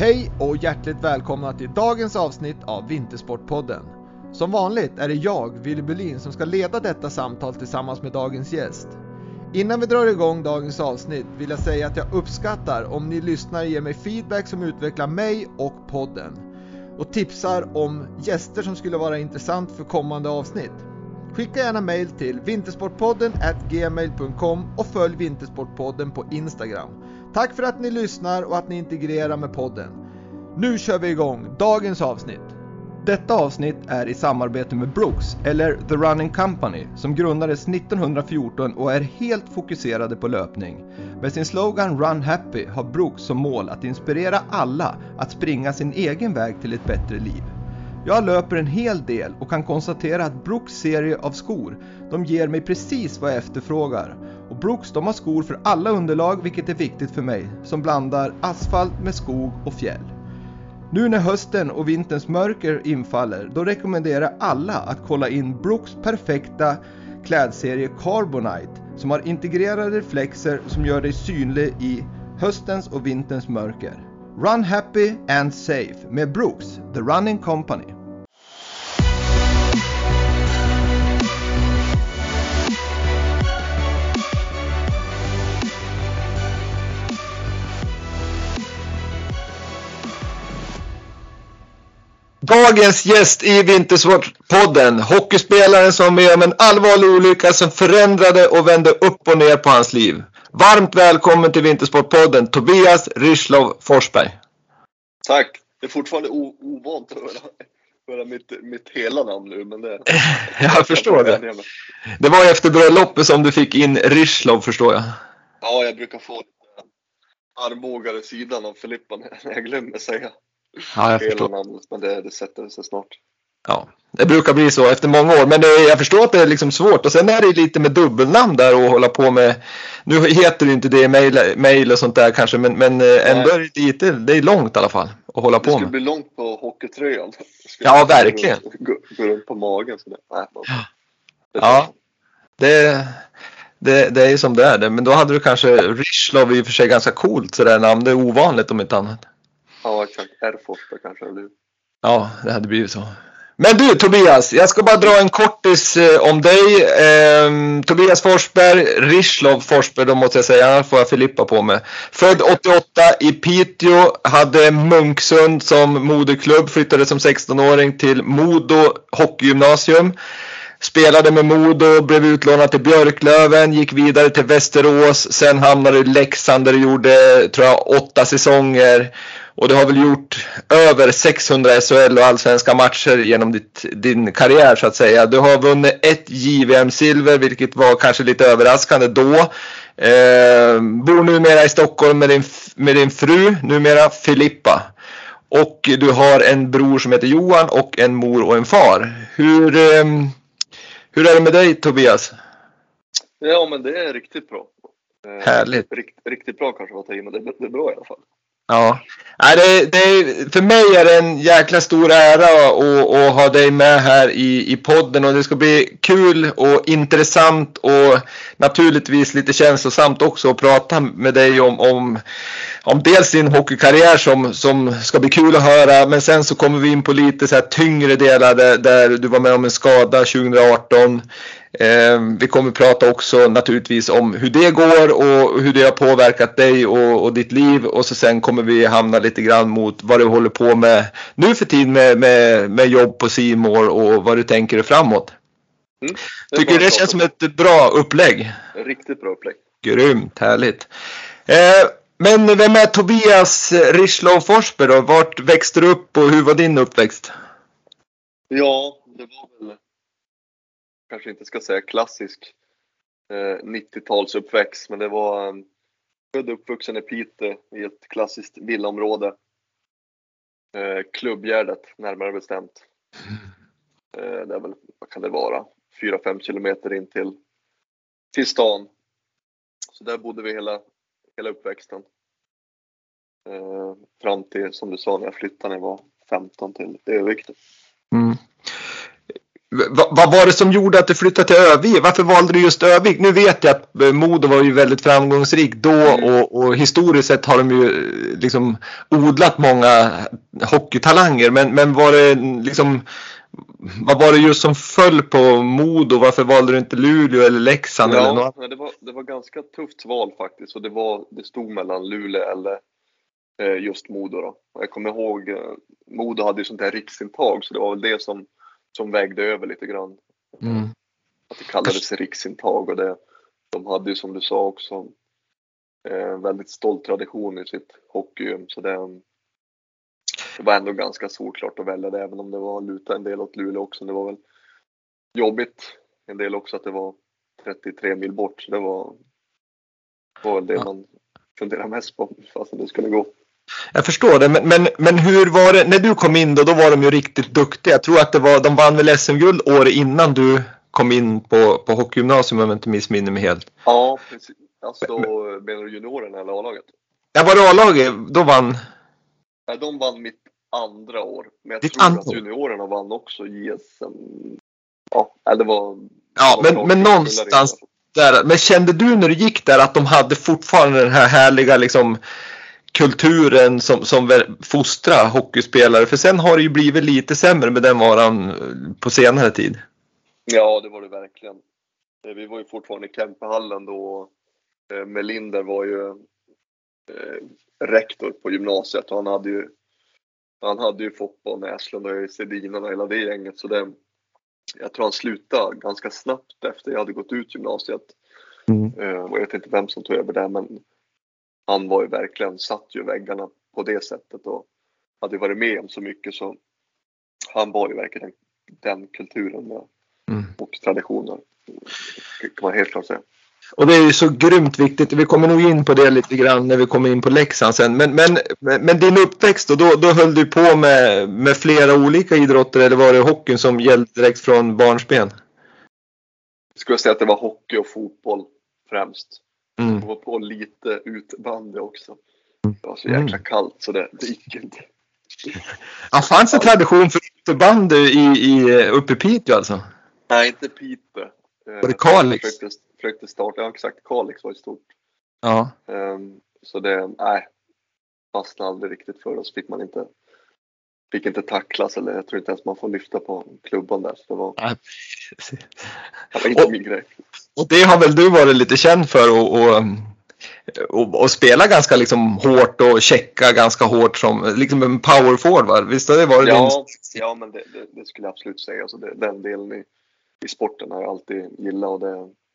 Hej och hjärtligt välkomna till dagens avsnitt av Vintersportpodden. Som vanligt är det jag, Willy Berlin, som ska leda detta samtal tillsammans med dagens gäst. Innan vi drar igång dagens avsnitt vill jag säga att jag uppskattar om ni lyssnar och ger mig feedback som utvecklar mig och podden. Och tipsar om gäster som skulle vara intressant för kommande avsnitt. Skicka gärna mail till vintersportpodden@gmail.com och följ Vintersportpodden på Instagram. Tack för att ni lyssnar och att ni integrerar med podden. Nu kör vi igång dagens avsnitt. Detta avsnitt är i samarbete med Brooks, eller The Running Company, som grundades 1914 och är helt fokuserade på löpning. Med sin slogan Run Happy har Brooks som mål att inspirera alla att springa sin egen väg till ett bättre liv. Jag löper en hel del och kan konstatera att Brooks serie av skor, de ger mig precis vad jag efterfrågar. Och Brooks, de har skor för alla underlag, vilket är viktigt för mig, som blandar asfalt med skog och fjäll. Nu när hösten och vinterns mörker infaller, då rekommenderar alla att kolla in Brooks perfekta klädserie Carbonite, som har integrerade reflexer som gör dig synlig i höstens och vinterns mörker. Run happy and safe med Brooks, The Running Company. Dagens gäst i Vintersportpodden, hockeyspelaren som är om en allvarlig olycka som förändrade och vände upp och ner på hans liv. Varmt välkommen till Vintersportpodden, Tobias Ryschlow Forsberg. Tack, det är fortfarande ovant att höra mitt hela namn nu, men det... Jag förstår det. Det var efter bröllopet som du fick in Ryschlow, förstår jag. Ja, jag brukar få armbågare sidan av Filippa när jag glömmer säga. Ja, jag förstår. Namnet, men det sätter sig snart. Ja, det brukar bli så efter många år. Men jag förstår att det är liksom svårt. Och sen är det lite med dubbelnamn där och hålla på med... Nu heter det inte det mail och sånt där kanske. Men ändå är det lite... Det är långt i alla fall att hålla på med. Det skulle bli långt på hockeytröjan. Ja, verkligen. Gå runt på magen. Så det, ja, det är ju som det är. Men då hade du kanske Ryschlow i och för sig ganska coolt. Så det namn, det är ovanligt om inte annat. Ja, exakt. R-Forsberg kanske. Eller? Ja, det hade blivit så. Men du Tobias, jag ska bara dra en kortis om dig. Tobias Forsberg, Ryschlow Forsberg då måste jag säga, annars får jag Filippa på mig. Född 88 i Piteå, hade Munksund som moderklubb, flyttade som 16-åring till Modo hockeygymnasium. Spelade med Modo, blev utlånad till Björklöven, gick vidare till Västerås, sen hamnade i Leksand där du gjorde, tror jag, 8 säsonger. Och du har väl gjort över 600 SHL och allsvenska matcher genom din karriär så att säga. Du har vunnit ett JVM-silver, vilket var kanske lite överraskande då. Bor numera i Stockholm med din fru, numera Filippa. Och du har en bror som heter Johan och en mor och en far. Hur är det med dig Tobias? Ja, men det är riktigt bra. Härligt. Riktigt bra kanske var att ta in, men det är bra i alla fall. Ja, för mig är det en jäkla stor ära att ha dig med här i podden, och det ska bli kul och intressant och naturligtvis lite känslosamt också att prata med dig om dels din hockeykarriär som ska bli kul att höra, men sen så kommer vi in på lite så här tyngre delar där du var med om en skada 2018. Vi kommer prata också naturligtvis om hur det går och hur det har påverkat dig och ditt liv, och så sen kommer vi hamna lite grann mot vad du håller på med nu för tiden med jobb på C More och vad du tänker dig framåt. Tycker det känns som ett bra upplägg? Riktigt bra upplägg. Grymt, härligt. Men vem är Tobias Ryschlow Forsberg då? Vart växte du upp och hur var din uppväxt? Ja, det var väl, kanske inte ska säga klassisk 90-tals uppväxt, men det var född uppvuxen i Piteå i ett klassiskt villaområde. Klubbgärdet närmare bestämt. Det är väl, vad kan det vara, 4-5 kilometer in till stan. Så där bodde vi hela uppväxten. Fram till, som du sa, när jag flyttade när jag var 15 till Övikten. Vad var det som gjorde att du flyttade till Övik? Varför valde du just Övik? Nu vet jag att Modo var ju väldigt framgångsrik då och historiskt sett har de ju liksom odlat många hockeytalanger. Men var det liksom, vad var det just som föll på Modo? Varför valde du inte Luleå eller Leksand eller något? Det var ganska tufft val faktiskt, och det stod mellan Luleå eller just Modo då. Jag kommer ihåg, Modo hade ju sånt här riksintag, så det var väl det som vägde över lite grann. Att det kallades riksintag, och de hade ju, som du sa också, väldigt stolt tradition i sitt hockey, så det var ändå ganska solklart att välja det, även om det var luta en del åt Luleå också. Det var väl jobbigt en del också att det var 33 mil bort, så det var väl det man funderade mest på, fast det skulle gå. Jag förstår det, men hur var det när du kom in då? Då var de ju riktigt duktiga. Jag tror att de vann väl SM-guld året innan du kom in på hockeygymnasium, om jag inte missminner mig helt. Ja, precis. Alltså, menar du juniorerna eller A-laget? Ja, var det A-laget? Då vann? Nej, de vann mitt andra år. Men jag Ditt tror andra att juniorerna vann också JSM. Ja, det var... Ja, men någonstans där. Men kände du när du gick där att de hade fortfarande den här härliga liksom kulturen som fostrar hockeyspelare? För sen har det ju blivit lite sämre med den varan på senare tid. Ja, det var det verkligen. Vi var ju fortfarande i Kempehallen då. Melinder var ju rektor på gymnasiet, och han hade ju fotboll, Näslund och Sedin och hela det gänget, så jag tror han slutade ganska snabbt efter jag hade gått ut gymnasiet. Och jag vet inte vem som tog över det, men han var ju verkligen, satt ju väggarna på det sättet och hade varit med om så mycket, så han var ju verkligen den kulturen och traditionen, kan man helt klart säga. Och det är ju så grymt viktigt. Vi kommer nog in på det lite grann när vi kommer in på Leksand sen. Men din uppväxt då höll du på med flera olika idrotter, eller var det hockeyn som gällde direkt från barnsben? Jag skulle säga att det var hockey och fotboll främst. Jag var på lite utbandy också. Det var så jäkla kallt så det gick inte. Ja, fanns det tradition för utebandy uppe i Piteå alltså? Nej, inte Piteå. Var det Kalix? Försökte starta, ja exakt, Kalix var ju stort. Ja. Så fastnade aldrig riktigt för oss. Fick inte tacklas, eller jag tror inte ens man får lyfta på klubban där. Så det var inte min grej. Och det har väl du varit lite känd för och spela ganska liksom hårt och checka ganska hårt som liksom en power forward, va? Visst har det varit Ja, men det skulle jag absolut säga. Alltså den delen i sporten har jag alltid gillat, och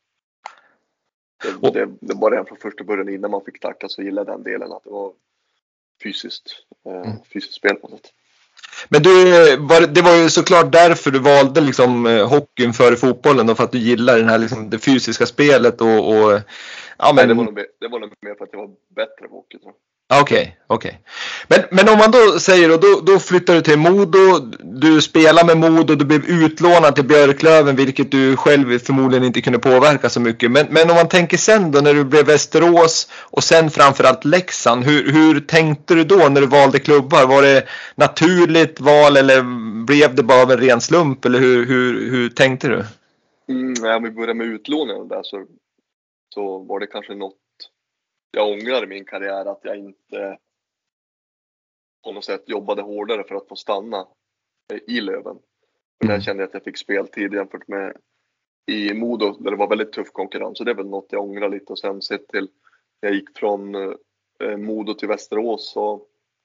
det var redan från första början innan man fick tacka, så gillade den delen att det var fysiskt spel på något. Men det var ju såklart därför du valde liksom hockeyn före fotbollen då, för att du gillar den här liksom det fysiska spelet Nej, det var nog mer för att jag var bättre på hockey, tror jag. Okej. Men om man då säger då flyttar du till Modo, du spelar med Modo, du blev utlånad till Björklöven, vilket du själv förmodligen inte kunde påverka så mycket. Men om man tänker sen då när du blev Västerås och sen framförallt Leksand, hur tänkte du då när du valde klubbar? Var det naturligt val eller blev det bara av en ren slump, eller hur tänkte du? Om vi börjar med utlåningen där, så var det kanske något jag ångrar i min karriär, att jag inte på något sätt jobbade hårdare för att få stanna i Löven. För där kände jag att jag fick speltid jämfört med i Modo där det var väldigt tuff konkurrens. Så det är väl något jag ångrar lite. Och sen sett till jag gick från Modo till Västerås, så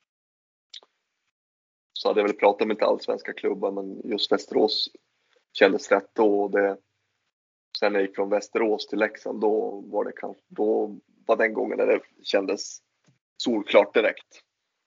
hade jag väl pratat med inte allsvenska klubbar, men just Västerås kändes rätt då. Sen när jag gick från Västerås till Leksand, då var den gången när det kändes solklart direkt.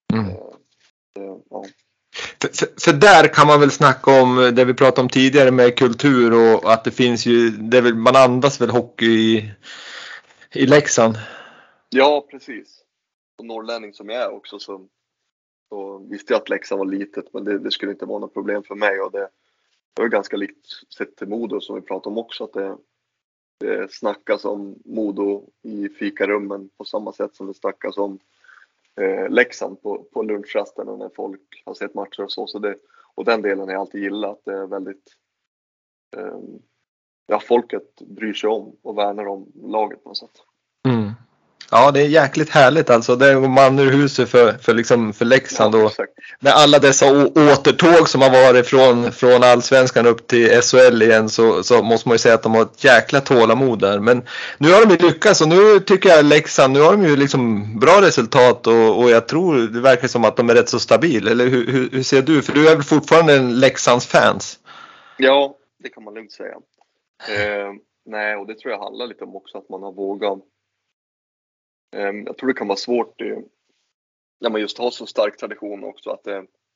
Ja. För där kan man väl snacka om det vi pratade om tidigare med kultur, och att det finns ju, man andas väl hockey i Leksand. Ja, precis. Och norrlänning som jag är också, så visste jag att Leksand var litet, men det skulle inte vara något problem för mig, och det var ganska likt sett till Modo som vi pratade om också, att det snackas om Modo i fikarummen på samma sätt som det snackas om Leksand på lunchrasten när folk har sett matcher och så. Och den delen har jag alltid gillat. Det är väldigt folket bryr sig om och värnar om laget på något sätt. Mm. Ja, det är jäkligt härligt alltså. Det är man ur huset för Leksand. Ja, och med alla dessa återtåg som har varit från Allsvenskan upp till SHL igen, så måste man ju säga att de har ett jäkla tålamod där. Men nu har de ju lyckats, och nu tycker jag Leksand, nu har de ju liksom bra resultat, och jag tror det verkar som att de är rätt så stabila. Eller hur ser du? För du är väl fortfarande en Leksands fans? Ja, det kan man lugnt säga. Nej, och det tror jag handlar lite om också att man har vågat. Jag tror det kan vara svårt när man just har så stark tradition också, att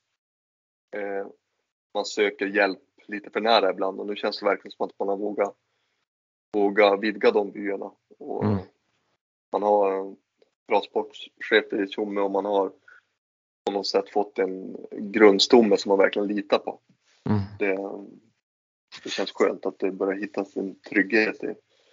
man söker hjälp lite för nära ibland, och nu känns det verkligen som att man har vågat vidga de byarna. Och man har en bra sportchef i Tjomme, och man har på något sätt fått en grundstomme som man verkligen litar på. Det känns skönt att det börjar hitta sin trygghet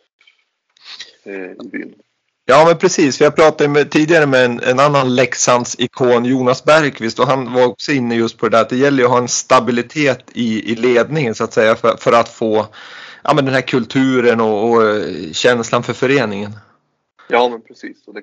i byn. Ja, men precis. För jag pratade tidigare med en annan Leksands ikon, Jonas Bergqvist, och han var också inne just på det där att det gäller ju att ha en stabilitet i ledningen så att säga för att få men den här kulturen och känslan för föreningen. Ja, men precis. Och det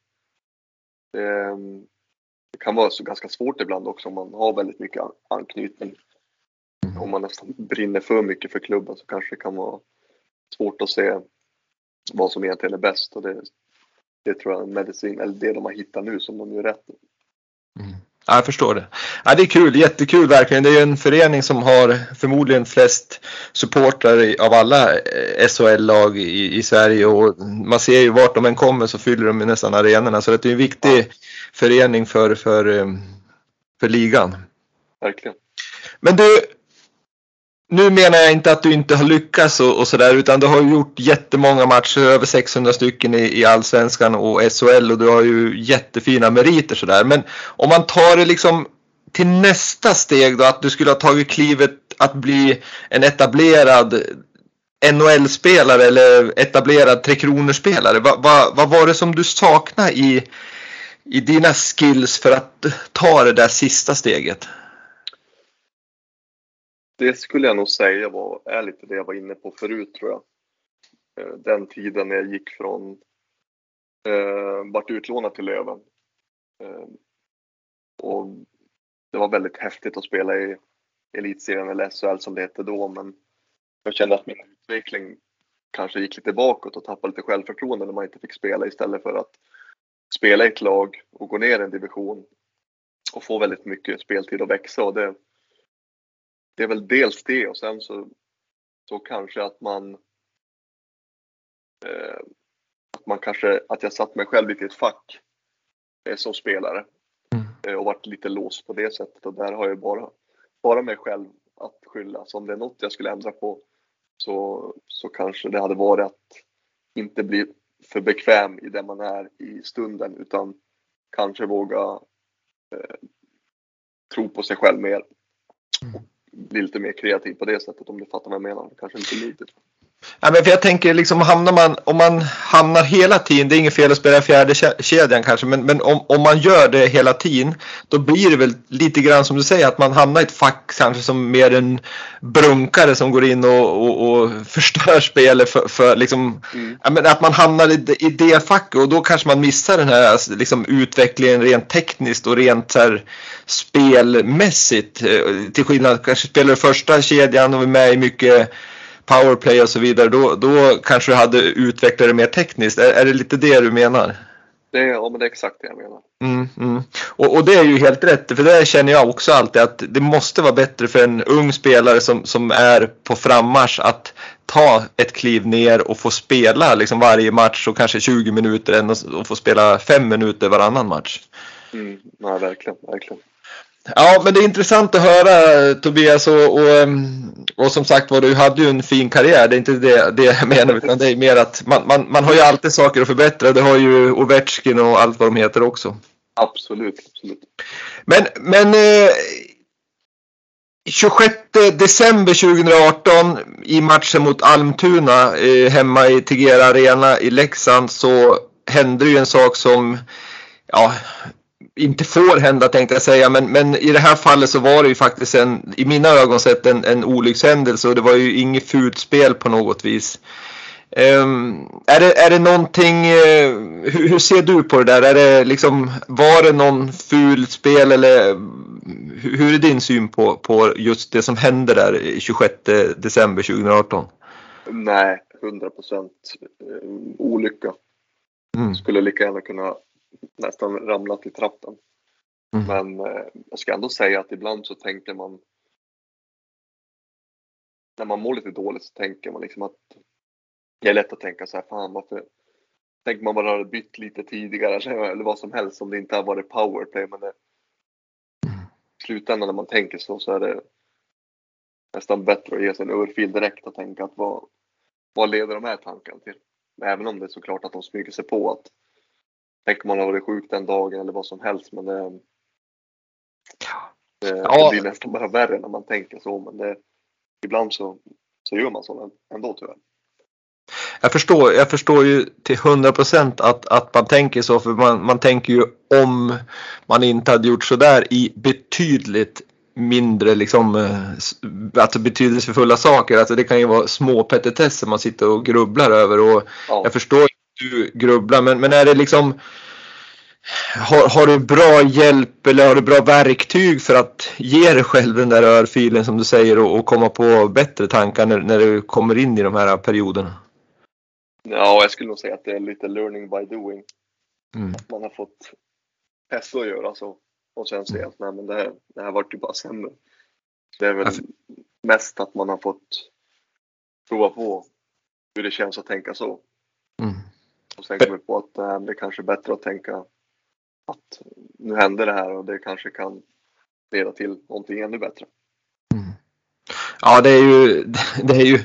kan vara så ganska svårt ibland också om man har väldigt mycket anknytning. Om man nästan brinner för mycket för klubben, så kanske det kan vara svårt att se vad som egentligen är bäst, och det tror jag är medicin, eller det de har hittat nu som de gör rätt. Ja, jag förstår det. Ja, det är kul, jättekul verkligen. Det är ju en förening som har förmodligen flest supportrar av alla SHL-lag i Sverige, och man ser ju vart de än kommer så fyller de nästan arenorna, så det är en viktig förening för ligan. Verkligen. Men nu menar jag inte att du inte har lyckats och sådär, utan du har gjort jättemånga matcher, över 600 stycken i Allsvenskan och SHL, och du har ju jättefina meriter sådär. Men om man tar det liksom till nästa steg då, att du skulle ha tagit klivet att bli en etablerad NHL-spelare eller etablerad Tre Kronor-spelare. Vad var det som du saknade i dina skills för att ta det där sista steget? Det skulle jag nog säga är lite det jag var inne på förut, tror jag. Den tiden när jag gick från vart utlånad till Löven. Och det var väldigt häftigt att spela i elitserien eller SHL som det hette då, men jag kände att min utveckling kanske gick lite bakåt och tappade lite självförtroende när man inte fick spela, istället för att spela i ett lag och gå ner en division och få väldigt mycket speltid och växa. Och det är väl dels det, och sen så kanske att att jag satt mig själv lite i ett fack som spelare och varit lite låst på det sättet, och där har jag bara mig själv att skylla. Så om det är något jag skulle ändra på, så kanske det hade varit att inte bli för bekväm i det man är i stunden, utan kanske våga tro på sig själv mer. Bli lite mer kreativ på det sättet, om du fattar vad jag menar. Kanske lite litet. Ja, men för jag tänker liksom, om man hamnar hela tiden, det är inget fel att spela fjärde kedjan kanske, men om man gör det hela tiden, då blir det väl lite grann som du säger, att man hamnar i ett fack kanske som mer en brunkare som går in och förstör spelet för liksom, att man hamnar i det facket, och då kanske man missar den här liksom utvecklingen rent tekniskt och rent så här spelmässigt, till skillnad kanske spelar du första kedjan och är med i mycket powerplay och så vidare, då kanske du hade utvecklat det mer tekniskt. Är det lite det du menar? Ja, men det är exakt det jag menar. Och det är ju helt rätt, för det känner jag också alltid, att det måste vara bättre för en ung spelare som är på frammarsch att ta ett kliv ner och få spela liksom varje match, och kanske 20 minuter än att få spela 5 minuter varannan match. Ja, verkligen. Ja, men det är intressant att höra, Tobias, och som sagt var, du hade ju en fin karriär, det är inte det jag menar, utan det är mer att man har ju alltid saker att förbättra. Det har ju Ovechkin och allt vad de heter också. Absolut. Men 26 december 2018 i matchen mot Almtuna hemma i Tegera Arena i Leksand, så hände ju en sak som inte får hända tänkte jag säga, men i det här fallet så var det ju faktiskt i mina ögon sett en olyckshändelse och det var ju inget fult spel på något vis. Är det någonting, hur ser du på det där? Är det liksom, var det någon fult spel eller hur är din syn på just det som hände där 26 december 2018? Nej, 100% olycka. Skulle lika gärna kunna nästan ramla till trappen. Men jag ska ändå säga att ibland så tänker man, när man mår lite dåligt så tänker man liksom att det är lätt att tänka så här, fan varför tänker man bara hade bytt lite tidigare eller vad som helst om det inte har varit powerplay, men i slutändan när man tänker så är det nästan bättre att ge sig en örfil direkt och tänka att vad leder de här tankarna till? Men även om det är såklart att de smyger sig på att tänker man har varit sjuk den dagen eller vad som helst, men det blir nästan bara värre när man tänker så, men ibland så gör man så ändå tyvärr. Jag förstår ju till 100% att man tänker så, för man tänker ju om man inte hade gjort så där i betydligt mindre liksom, alltså betydelsefulla saker. Alltså det kan ju vara små petitesser man sitter och grubblar över och jag förstår att du grubblar, men är det liksom har du bra hjälp eller har du bra verktyg för att ge dig själv den där örfilen som du säger och komma på bättre tankar när du kommer in i de här perioderna? Ja, jag skulle nog säga att det är lite learning by doing. Man har fått testa att göra så. Och sen säga att nej, men det här var ju bara sämre. Det är väl mest att man har fått prova på hur det känns att tänka så. Och sen kommer på att det kanske är bättre att tänka att nu händer det här och det kanske kan leda till någonting ännu bättre. Ja, det är ju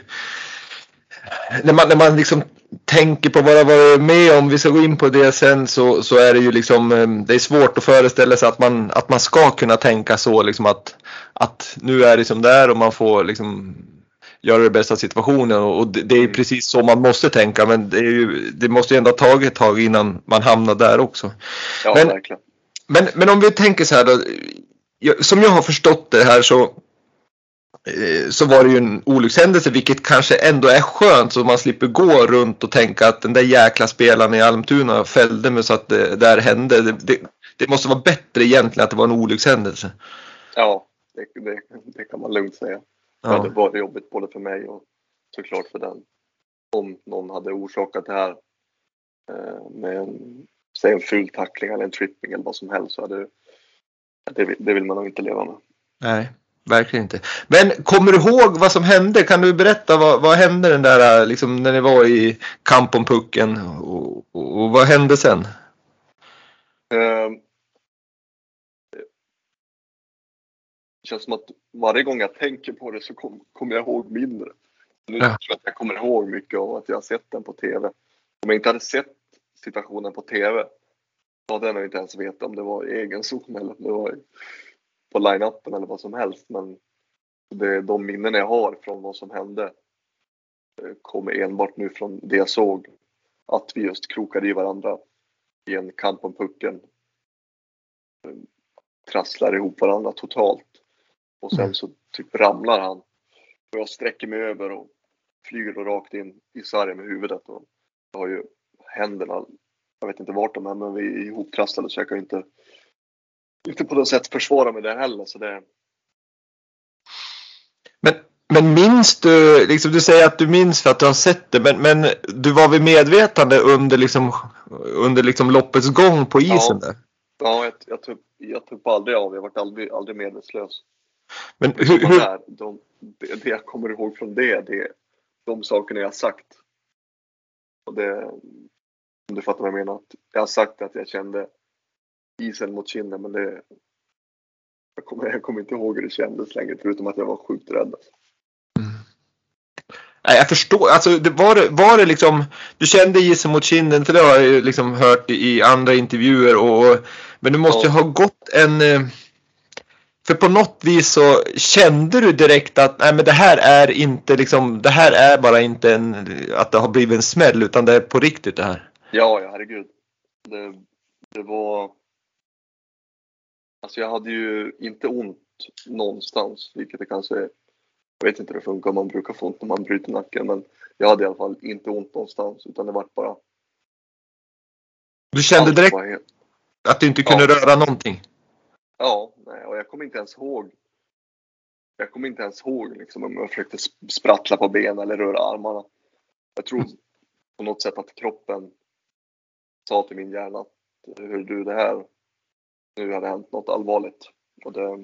när man liksom tänker på vad det var med om, vi ska gå in på det sen, så är det ju liksom, det är svårt att föreställa sig att man ska kunna tänka så liksom att nu är det som det är och man får liksom göra det bästa situationen och det är precis så man måste tänka, men det måste ju ändå ha tagit ett tag innan man hamnar där också. Ja, verkligen. Men om vi tänker så här då, som jag har förstått det här så var det ju en olyckshändelse, vilket kanske ändå är skönt så man slipper gå runt och tänka att den där jäkla spelaren i Almtuna fällde mig så att det där hände. Det måste vara bättre egentligen att det var en olyckshändelse. Ja, det kan man lugnt säga. Ja. Det var jobbigt både för mig och såklart för den. Om någon hade orsakat det här med en full tackling eller en tripping eller vad som helst, så det vill man nog inte leva med. Nej. Verkligen inte. Men kommer du ihåg vad som hände? Kan du berätta vad hände den där liksom, när ni var i kamp om pucken och vad hände sen? Det känns som att varje gång jag tänker på det så kommer jag ihåg mindre. Nu tror jag att jag kommer ihåg mycket av att jag har sett den på tv. Om jag inte hade sett situationen på tv då hade jag nog inte ens vetat om det var i egen zon eller om det var på line-upen eller vad som helst, men de minnen jag har från vad som hände kommer enbart nu från det jag såg, att vi just krokade i varandra i en kamp om pucken, trasslar ihop varandra totalt och sen så typ ramlar han och jag sträcker mig över och flyger då rakt in i sargen med huvudet och jag har ju händerna, jag vet inte vart de är, men vi är ihoptrasslade så jag kan inte på något sätt försvara mig där heller, så det. Men minns du, liksom du säger att du minns för att du har sett det, men du var vid medvetande under liksom loppets gång på isen där? Ja, jag tog aldrig av, jag var aldrig medvetslös. Men det jag kommer ihåg från det är de sakerna jag har sagt. Och det, om du fattar vad jag menar, att jag har sagt att jag kände isen mot kinden, men jag kommer inte ihåg hur det kändes längre, förutom att jag var sjukt rädd. Nej, jag förstår, alltså var det liksom, du kände isen mot kinden, för det har jag ju liksom hört i andra intervjuer men du måste ju ha gått för på något vis så kände du direkt att nej, men det här är inte liksom, det här är bara inte att det har blivit en smäll, utan det är på riktigt det här. Ja, herregud. Det var Alltså jag hade ju inte ont någonstans, vilket det kanske är. Jag vet inte hur det funkar om man brukar få ont när man bryter nacken, men jag hade i alla fall inte ont någonstans, utan det var bara... Du kände direkt att du inte kunde röra någonting? Ja, nej, och jag kommer inte ens ihåg. Jag kommer inte ens ihåg liksom, om jag försökte sprattla på benen eller röra armarna. Jag tror på något sätt att kroppen sa till min hjärna att hur du det här, nu har det hänt något allvarligt. Och det...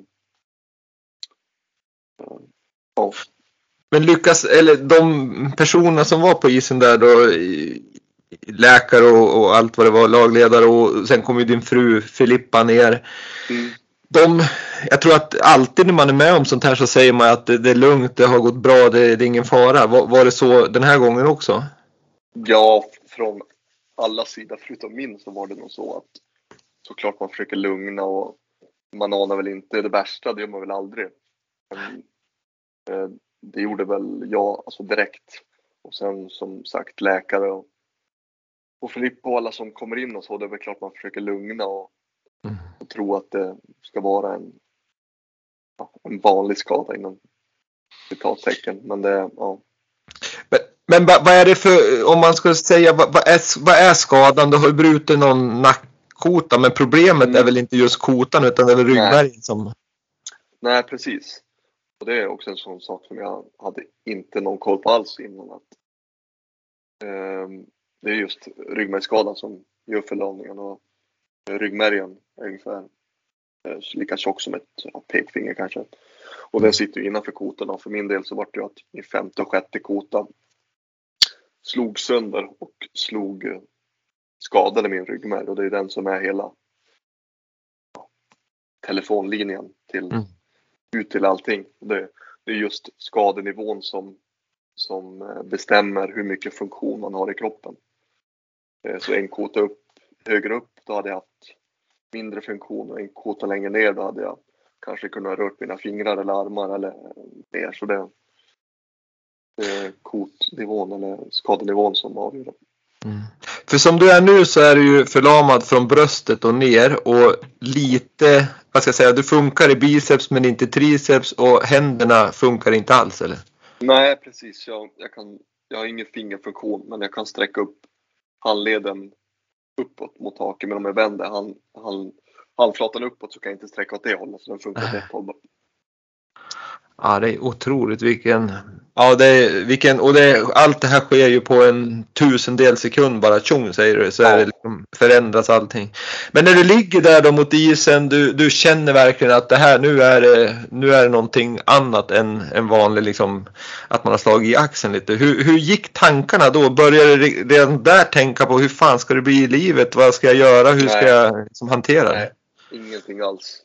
Ja. Men eller de personerna som var på isen där då, läkare och allt vad det var, lagledare, och sen kom ju din fru Filippa ner. Jag tror att alltid när man är med om sånt här så säger man att det är lugnt, det har gått bra, det är ingen fara. Var det så den här gången också? Ja, från alla sidor förutom min så var det nog så att såklart man försöker lugna, och man anar väl inte det värsta, det gör man väl aldrig. Men, det gjorde väl jag alltså direkt. Och sen som sagt läkare och Filippa och alla som kommer in och så, det är väl klart man försöker lugna och tro att det ska vara en vanlig skada inom citattecken. Men det, ja. Men vad är det för, om man ska säga, vad är skadan? Du har ju brutit någon nackkota, men problemet är väl inte just kotan utan det är väl ryggmärgen som... Nej, precis. Och det är också en sån sak som jag hade inte någon koll på alls innan. Att, det är just ryggmärgsskadan som gör förlamningen, och ryggmärgen är ungefär lika tjock som ett pekfinger kanske. Och den sitter ju innanför kotan, och för min del så var det ju att min femte och sjätte kota slog sönder och skadade min ryggmärg, och det är den som är hela telefonlinjen till ut till allting. Det är just skadenivån som bestämmer hur mycket funktion man har i kroppen. Så en kota högre upp, då hade jag haft mindre funktion, och en kota längre ner, då hade jag kanske kunnat röra mina fingrar eller armar eller mer. Så det är kotnivån eller skadenivån som avgör. För som du är nu så är du ju förlamad från bröstet och ner, och lite, vad ska jag säga, du funkar i biceps men inte triceps, och händerna funkar inte alls, eller? Nej, precis. Jag har ingen fingerfunktion, men jag kan sträcka upp handleden uppåt mot taket, men om jag vänder handflatan uppåt så kan jag inte sträcka åt det hållet, så den funkar åt ett håll. Ja, det är otroligt allt det här sker ju på en 1000-del sekund bara, tjong säger du, så är det liksom, förändras allting. Men när du ligger där då mot isen, du känner verkligen att det här, nu är det någonting annat än vanligt, liksom att man har slagit i axeln lite. Hur gick tankarna då? Började du redan där tänka på hur fan ska det bli i livet? Vad ska jag göra? Hur ska jag liksom hantera det? Nej, ingenting alls.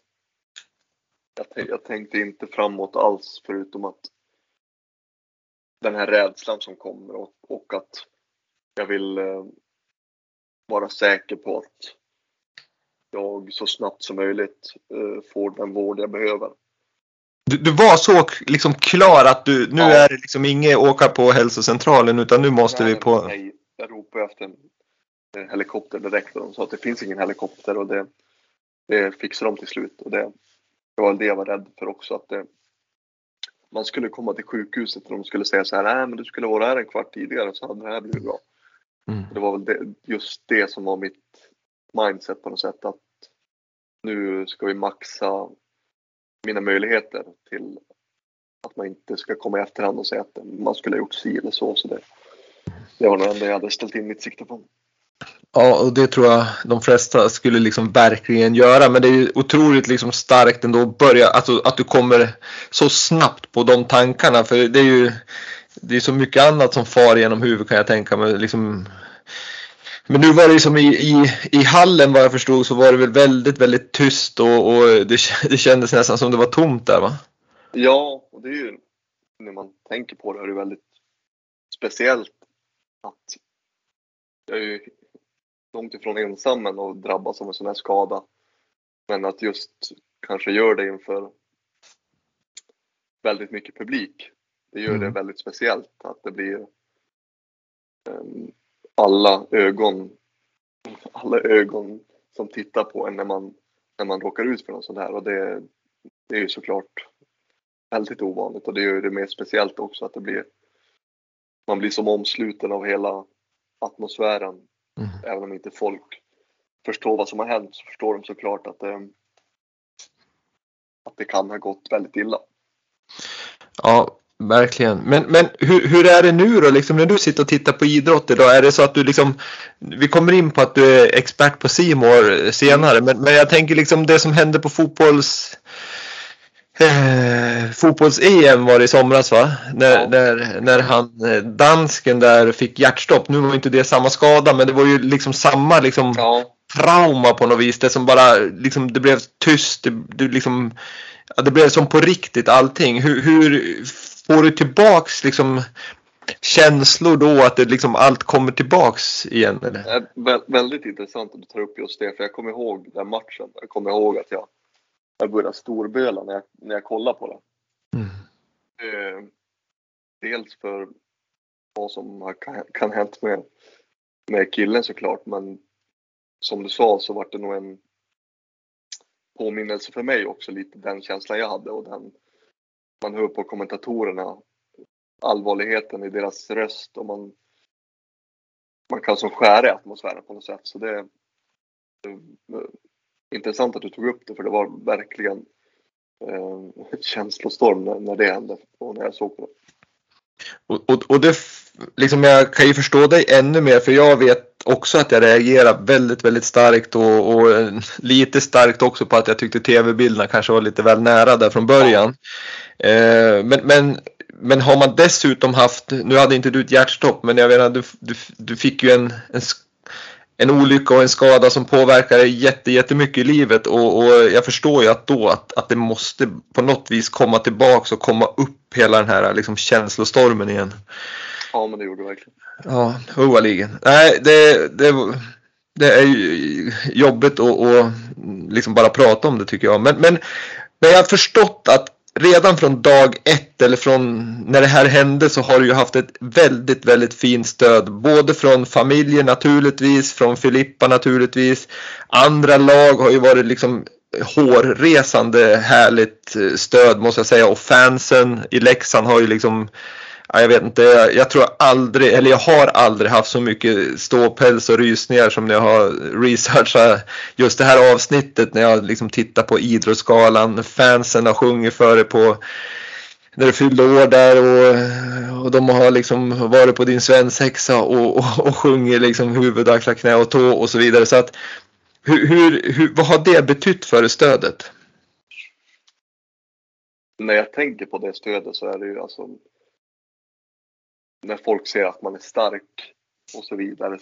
Jag tänkte inte framåt alls, förutom att den här rädslan som kommer, och att jag vill vara säker på att jag så snabbt som möjligt får den vård jag behöver. Du var så liksom klar att nu är det liksom inget åka på hälsocentralen, utan nu måste vi på... Nej, jag ropade efter en helikopter direkt, och de sa att det finns ingen helikopter, och det fixar de till slut. Och det var det jag var rädd för också, att man skulle komma till sjukhuset och de skulle säga så här: nej, men du skulle vara här en kvart tidigare, så hade det här blivit bra. Det var väl just det som var mitt mindset på något sätt, att nu ska vi maxa mina möjligheter till att man inte ska komma i efterhand och säga att man skulle ha gjort si eller så. Så det var nog ändå jag hade ställt in mitt sikte på. Ja, och det tror jag de flesta skulle liksom verkligen göra, men det är ju otroligt liksom starkt ändå att börja, alltså att du kommer så snabbt på de tankarna, för det är så mycket annat som far genom huvudet, kan jag tänka mig liksom. Men nu var det liksom i hallen, vad jag förstod, så var det väl väldigt, väldigt tyst, och det kändes nästan som det var tomt där, va? Ja, och det är ju, när man tänker på det, är det väldigt speciellt att jag är ju långt ifrån ensam och drabbas av en sån här skada. Men att just kanske gör det inför väldigt mycket publik, det gör det väldigt speciellt. Att det blir alla ögon som tittar på en när man när man råkar ut för något sånt här. Och det är ju såklart väldigt ovanligt, och det gör det mer speciellt också att man blir som omsluten av hela atmosfären. Även om inte folk förstår vad som har hänt, så förstår de såklart att det kan ha gått väldigt illa. Ja, verkligen. Men hur är det nu då, liksom, när du sitter och tittar på idrott idag? Är det så att du liksom, vi kommer in på att du är expert på C More senare, men jag tänker liksom det som hände på fotbolls-EM var det i somras, va? När han, dansken där, fick hjärtstopp. Nu var inte det samma skada, men det var ju liksom samma liksom trauma på något vis. Det som bara liksom, det blev tyst, det blev som på riktigt allting. Hur får du tillbaks liksom känslor då, att det liksom allt kommer tillbaks igen, eller? Väldigt intressant att du tar upp just det, för jag kommer ihåg den matchen. Jag kommer ihåg att jag började storböla när jag kollade på det. Dels för vad som kan hänt med killen såklart, men som du sa så var det nog en påminnelse för mig också, lite den känslan jag hade, och man hör på kommentatorerna allvarligheten i deras röst, och man kan som skära i atmosfären på något sätt. Så det är intressant att du tog upp det, för det var verkligen känslostorm när det hände och när jag såg på det. Och det liksom, jag kan ju förstå dig ännu mer, för jag vet också att jag reagerar väldigt, väldigt starkt och lite starkt också på att jag tyckte tv-bilderna kanske var lite väl nära där från början. Men har man dessutom haft, nu hade inte du ett hjärtstopp, men jag menar, du fick ju en olycka och en skada som påverkar jättemycket i livet, och jag förstår ju att det måste på något vis komma tillbaks och komma upp hela den här liksom känslostormen igen. Ja, men det gjorde det verkligen. Ja, oerligen. Nej, det är ju jobbigt att liksom bara prata om det, tycker jag. Men jag har förstått att redan från dag ett, eller från när det här hände, så har du ju haft ett väldigt, väldigt fint stöd. Både från familjen naturligtvis, från Filippa naturligtvis. Andra lag har ju varit liksom hårresande härligt stöd, måste jag säga. Och fansen i Leksand har ju liksom, jag vet inte, jag tror aldrig, eller jag har aldrig haft så mycket ståpäls och rysningar som när jag har researchat just det här avsnittet, när jag liksom tittar på Idrottsgalan. Fansen har sjungit för det på när du fyllde år där, och de har liksom varit på din svensexa och sjunger liksom huvud, axlar, knä och tå och så vidare. Så att vad har det betytt för stödet? När jag tänker på det stödet så är det ju alltså, när folk ser att man är stark och så vidare,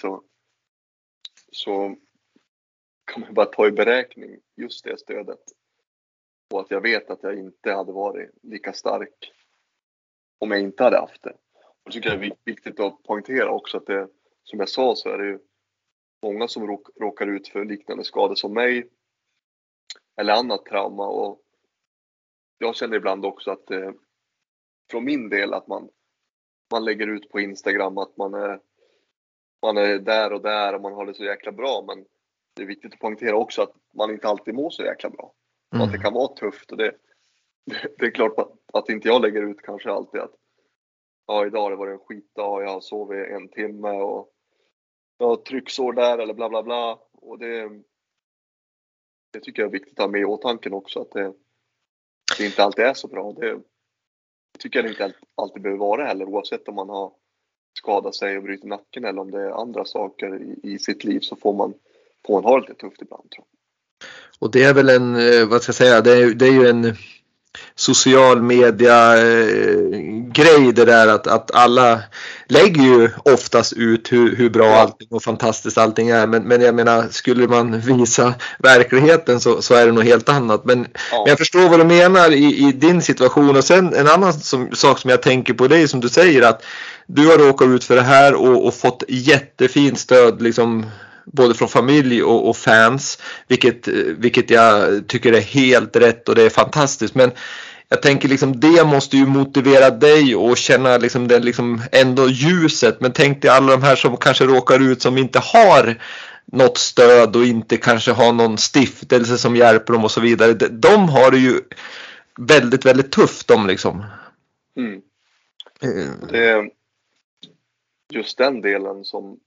så kan man bara ta i beräkning just det stödet. Och att jag vet att jag inte hade varit lika stark om jag inte hade haft det. Och tycker jag är viktigt att poängtera också att det, som jag sa, så är det ju många som råkar ut för liknande skador som mig eller annat trauma. Och jag känner ibland också att från min del att man lägger ut på Instagram att man är där och där och man har det så jäkla bra, men det är viktigt att poängtera också att man inte alltid mår så jäkla bra. Och att det kan vara tufft, och det är klart att inte jag lägger ut kanske alltid att idag har det varit en skitdag, jag har sovit 1 timme och jag har trycksår där eller bla bla bla, och det tycker jag är viktigt att ha med i åtanken också, att det inte alltid är så bra. Det tycker jag inte alltid behöver vara heller, oavsett om man har skadat sig och brutit nacken eller om det är andra saker i sitt liv, så får man ha lite tufft ibland, tror jag. Och det är väl en, vad ska jag säga, det är ju en social media grej det där, att alla lägger ju oftast ut hur bra allting och fantastiskt allting är, men jag menar, skulle man visa verkligheten så är det nog helt annat, men jag förstår vad du menar i din situation. Och sen en annan sak som jag tänker på, det är som du säger, att du har råkat ut för det här och fått jättefint stöd liksom, både från familj och fans, vilket jag tycker är helt rätt, och det är fantastiskt. Men jag tänker liksom, det måste ju motivera dig och känna liksom det liksom ändå ljuset. Men tänk dig alla de här som kanske råkar ut, som inte har något stöd och inte kanske har någon stiftelse som hjälper dem och så vidare. De har det ju väldigt, väldigt tufft de liksom. Mm. Det är just den delen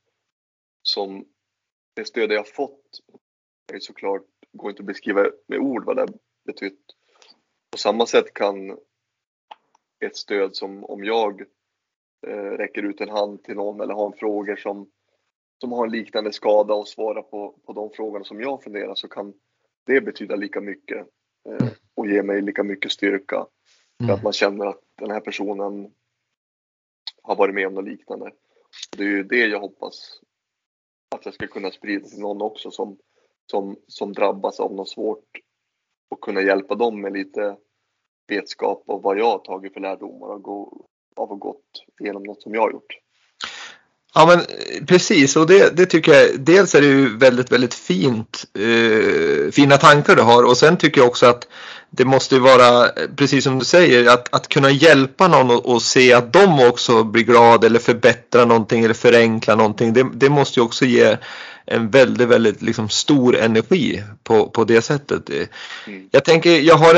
som det stöd jag fått är såklart, går inte att beskriva med ord vad det betytt. På samma sätt kan ett stöd som om jag räcker ut en hand till någon eller har en fråga som har en liknande skada och svara på de frågorna som jag funderar, så kan det betyda lika mycket och ge mig lika mycket styrka för att man känner att den här personen har varit med om något liknande. Det är ju det jag hoppas att jag ska kunna sprida till någon också som drabbas av något svårt, och kunna hjälpa dem med lite vetskap av vad jag har tagit för lärdomar av att gått igenom något som jag har gjort. Ja men precis, och det tycker jag, dels är det ju väldigt, väldigt fina tankar du har, och sen tycker jag också att det måste ju vara, precis som du säger, att kunna hjälpa någon och se att de också blir glada eller förbättrar någonting eller förenklar någonting. Det måste ju också ge en väldigt, väldigt liksom stor energi på det sättet. Jag tänker, jag har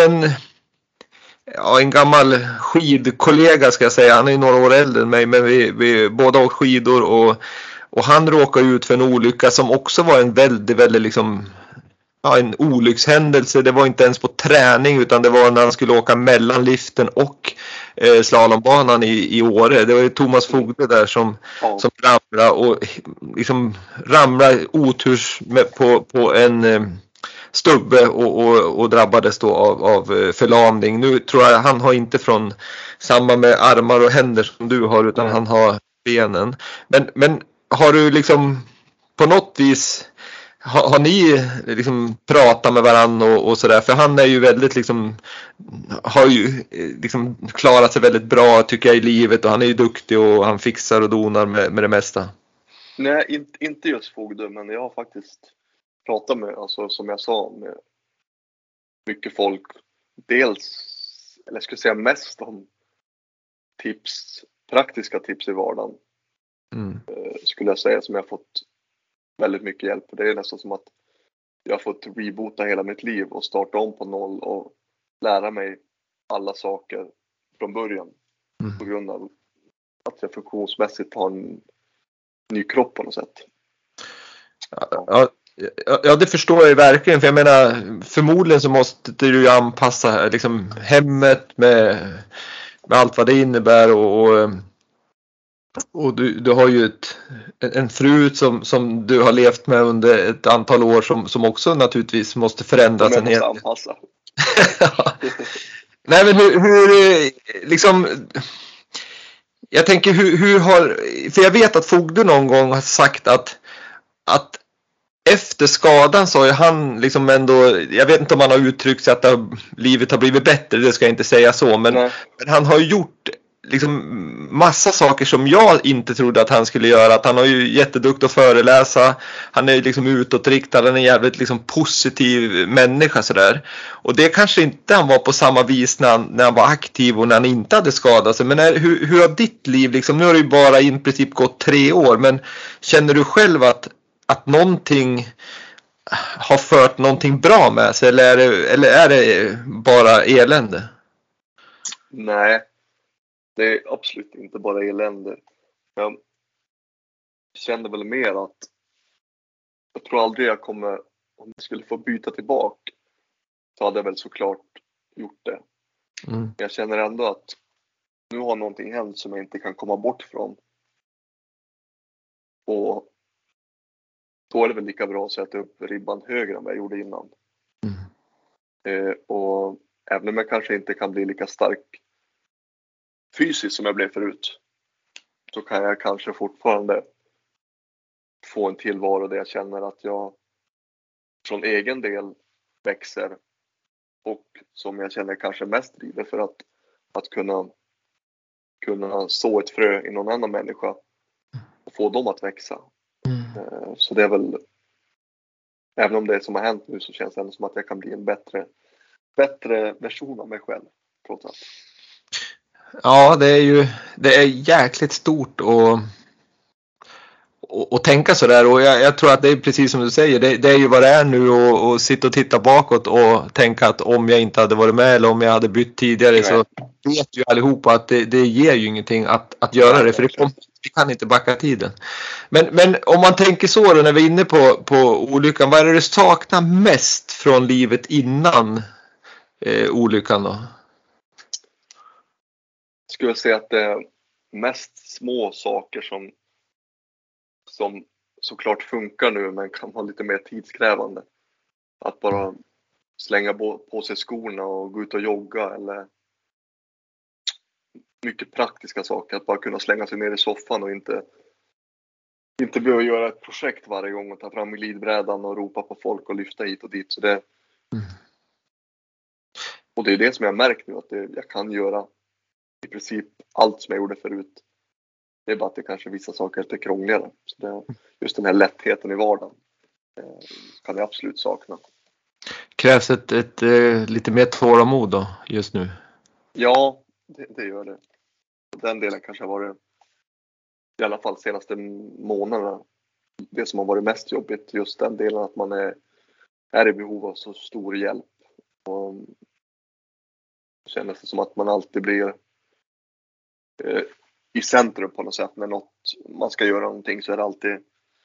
en gammal skidkollega ska jag säga, han är några år äldre än mig, men vi båda åkt skidor och han råkade ut för en olycka som också var en väldigt, väldigt liksom, en olyckshändelse. Det var inte ens på träning, utan det var när han skulle åka mellan liften och slalombanan i Åre. Det var ju Thomas Fogde där som ramlade och liksom ramlade oturs på en stubbe och drabbades då av förlamning. Nu tror jag han har inte från samma med armar och händer som du har, utan han har benen. Men har du liksom på något vis har ni liksom pratat med varandra och sådär? För han är ju väldigt liksom, har ju liksom klarat sig väldigt bra tycker jag i livet, och han är ju duktig och han fixar och donar med det mesta. Nej, inte just Fogde, men jag har faktiskt pratat med, alltså som jag sa, med mycket folk. Dels, eller jag skulle säga mest om praktiska tips i vardagen. Skulle jag säga, som jag har fått väldigt mycket hjälp. Det är nästan som att jag har fått reboota hela mitt liv och starta om på noll och lära mig alla saker från början. På grund av att jag funktionsmässigt har en ny kropp på något sätt. Ja, det förstår jag ju verkligen. För jag menar, förmodligen så måste du ju anpassa liksom hemmet med allt vad det innebär, och du har ju en fru som du har levt med under ett antal år som också naturligtvis måste förändras en hel del. Nej, men hur liksom, jag tänker hur har, för jag vet att Fogde någon gång har sagt att efter skadan så har han liksom ändå, jag vet inte om han har uttryckt sig att livet har blivit bättre, det ska jag inte säga så, men han har gjort liksom massa saker som jag inte trodde att han skulle göra. Att han har ju jätteduktig att föreläsa, han är liksom utåtriktad, han är en jävligt liksom positiv människa sådär. Och det kanske inte han var på samma vis när han var aktiv och när han inte hade skadat sig. Men hur har ditt liv liksom, nu har det ju bara i princip gått 3 år, men känner du själv att någonting har fört någonting bra med sig, eller är det bara elände? Nej, det är absolut inte bara elände. Jag känner väl mer att jag tror aldrig jag kommer, om jag skulle få byta tillbaka, så hade jag väl såklart gjort det. Jag känner ändå att nu har någonting hänt som jag inte kan komma bort från. Och då är det väl lika bra att sätta upp ribban högre än vad jag gjorde innan. Och även om jag kanske inte kan bli lika stark fysiskt som jag blev förut, så kan jag kanske fortfarande få en tillvaro där jag känner att jag från egen del växer, och som jag känner kanske mest driver för att kunna så ett frö i någon annan människa och få dem att växa. Så det är väl, även om det som har hänt nu, så känns det ändå som att jag kan bli en bättre version av mig själv trots allt. Ja, det är jäkligt stort och tänka sådär. Och jag tror att det är precis som du säger, det är ju vad det är nu, och sitta och titta bakåt och tänka att om jag inte hade varit med eller om jag hade bytt tidigare, så vet ju allihopa att det ger ju ingenting att göra det, för vi kan inte backa tiden. Men om man tänker så då, när vi är inne på olyckan, vad är det du saknar mest från livet innan olyckan då? Skulle jag säga att det är mest små saker som såklart funkar nu, men kan vara lite mer tidskrävande. Att bara slänga på sig skorna och gå ut och jogga, eller mycket praktiska saker. Att bara kunna slänga sig ner i soffan och inte behöva göra ett projekt varje gång och ta fram glidbrädan och ropa på folk och lyfta hit och dit. Så det, och det är det som jag har märkt nu, att jag kan göra i princip allt som jag gjorde förut. Det är bara att det kanske vissa saker är lite krångligare. Så just den här lättheten i vardagen kan jag absolut sakna. Krävs ett lite mer tålamod då just nu? Ja, det gör det. Den delen kanske har varit, i alla fall senaste månaderna, det som har varit mest jobbigt. Just den delen att man är i behov av så stor hjälp. Och känns det som att man alltid blir i centrum på något sätt. När man ska göra någonting så är det alltid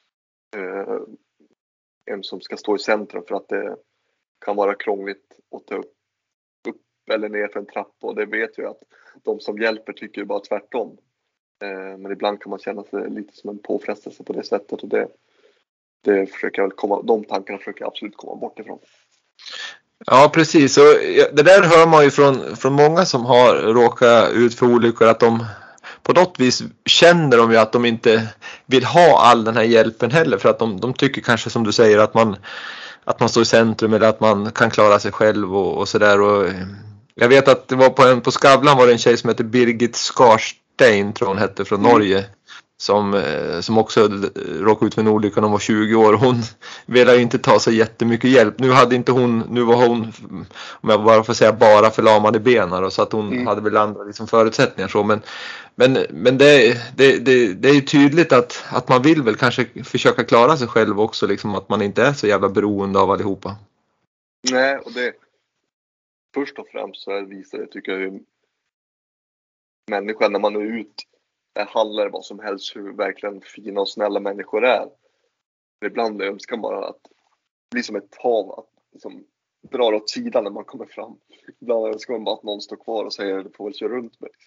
en som ska stå i centrum, för att det kan vara krångligt att ta upp eller ner för en trappa, och det vet jag att de som hjälper tycker bara tvärtom. Men ibland kan man känna sig lite som en påfrestelse på det sättet, och det försöker jag väl de tankarna försöker jag absolut komma bort ifrån. Ja, precis. Och det där hör man ju från många som har råkat ut för olyckor, att de på något vis känner de ju att de inte vill ha all den här hjälpen heller, för att de tycker kanske, som du säger, att man står i centrum, eller att man kan klara sig själv och sådär. Och jag vet att det var på Skavlan var det en tjej som hette Birgit Skarstein, tror hon hette, från Norge, som också råkade ut för en olycka när hon var 20 år. Hon ville ju inte ta så jättemycket hjälp. Nu var hon, om jag bara får säga, bara förlamade benar, så att hon hade väl andra liksom förutsättningar så, men det är ju tydligt att man vill väl kanske försöka klara sig själv också, liksom, att man inte är så jävla beroende av allihopa. Nej, och det först och främst så visar det, tycker jag, hur människan, när man är handlar vad som helst, hur verkligen fina och snälla människor är. Ibland önskar man bara att bli som ett hav, att liksom drar åt sidan när man kommer fram. Ibland önskar man bara att någon står kvar och säger du får väl köra runt mig.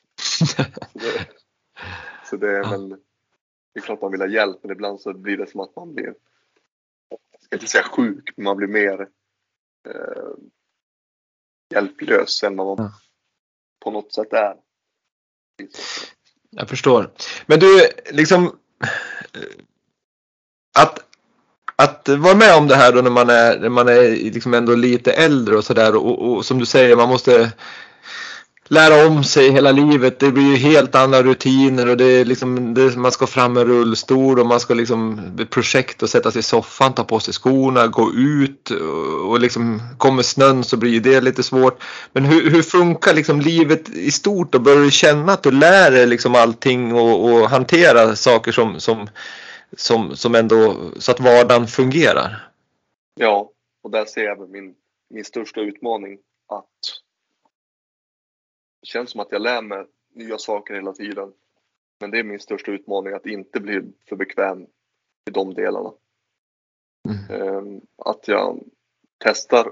Så det är väl, det är klart man vill ha hjälp, men ibland så blir det som att man blir, jag ska inte säga sjuk, men man blir mer hjälplös än vad man på något sätt är. Jag förstår. Men du, liksom, att vara med om det här då när man är liksom ändå lite äldre och sådär, och som du säger, man måste lära om sig hela livet. Det blir ju helt andra rutiner, och det är liksom, man ska fram med rullstol, och man ska liksom projekt och sätta sig i soffan, ta på sig skorna, gå ut, och liksom kommer snön så blir det lite svårt. Men hur funkar liksom livet i stort, och börjar du känna att du lär dig liksom allting och hantera saker som ändå, så att vardagen fungerar? Ja, och där ser jag min största utmaning, att det känns som att jag lär mig nya saker hela tiden. Men det är min största utmaning, att inte bli för bekväm i de delarna. Att jag testar,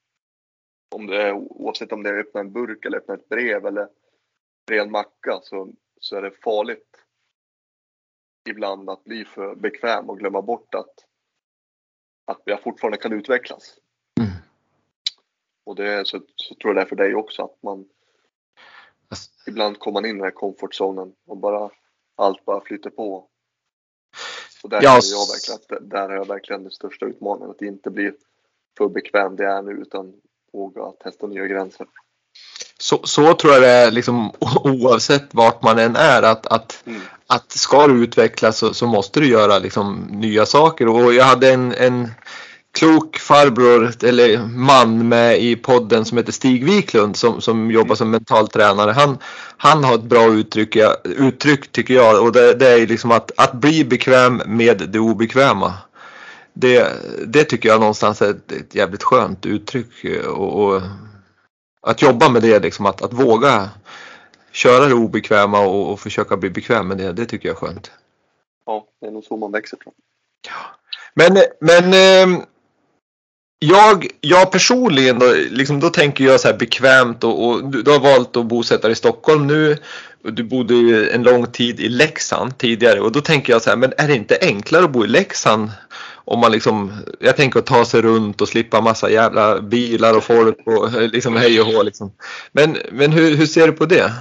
oavsett om det är öppna en burk eller öppna ett brev eller ren macka, så är det farligt ibland att bli för bekväm och glömma bort att jag fortfarande kan utvecklas. Och det så tror jag det är för dig också, att man ibland kommer man in i den här comfortzonen och allt bara flyter på. Och där har jag verkligen den största utmaningen, att inte bli för bekväm det är nu, utan våga testa nya gränser. Så tror jag det är liksom, oavsett vart man än är, att ska du utvecklas så måste du göra liksom nya saker. Och jag hade klok farbror eller man med i podden som heter Stig Wiklund som jobbar som mental tränare. Han har ett bra uttryck tycker jag, och det är liksom att bli bekväm med det obekväma. Det tycker jag någonstans är ett jävligt skönt uttryck, och att jobba med det liksom, att våga köra det obekväma och försöka bli bekväm med det tycker jag är skönt. Ja, det är nog så man växer tror jag. Men jag personligen då, liksom, då tänker jag så här bekvämt, och du har valt att bosätta dig i Stockholm nu, och du bodde ju en lång tid i Leksand tidigare, och då tänker jag så här, men är det inte enklare att bo i Leksand om man liksom, jag tänker att ta sig runt och slippa massa jävla bilar och folk och liksom hej och hå liksom. Men hur ser du på det?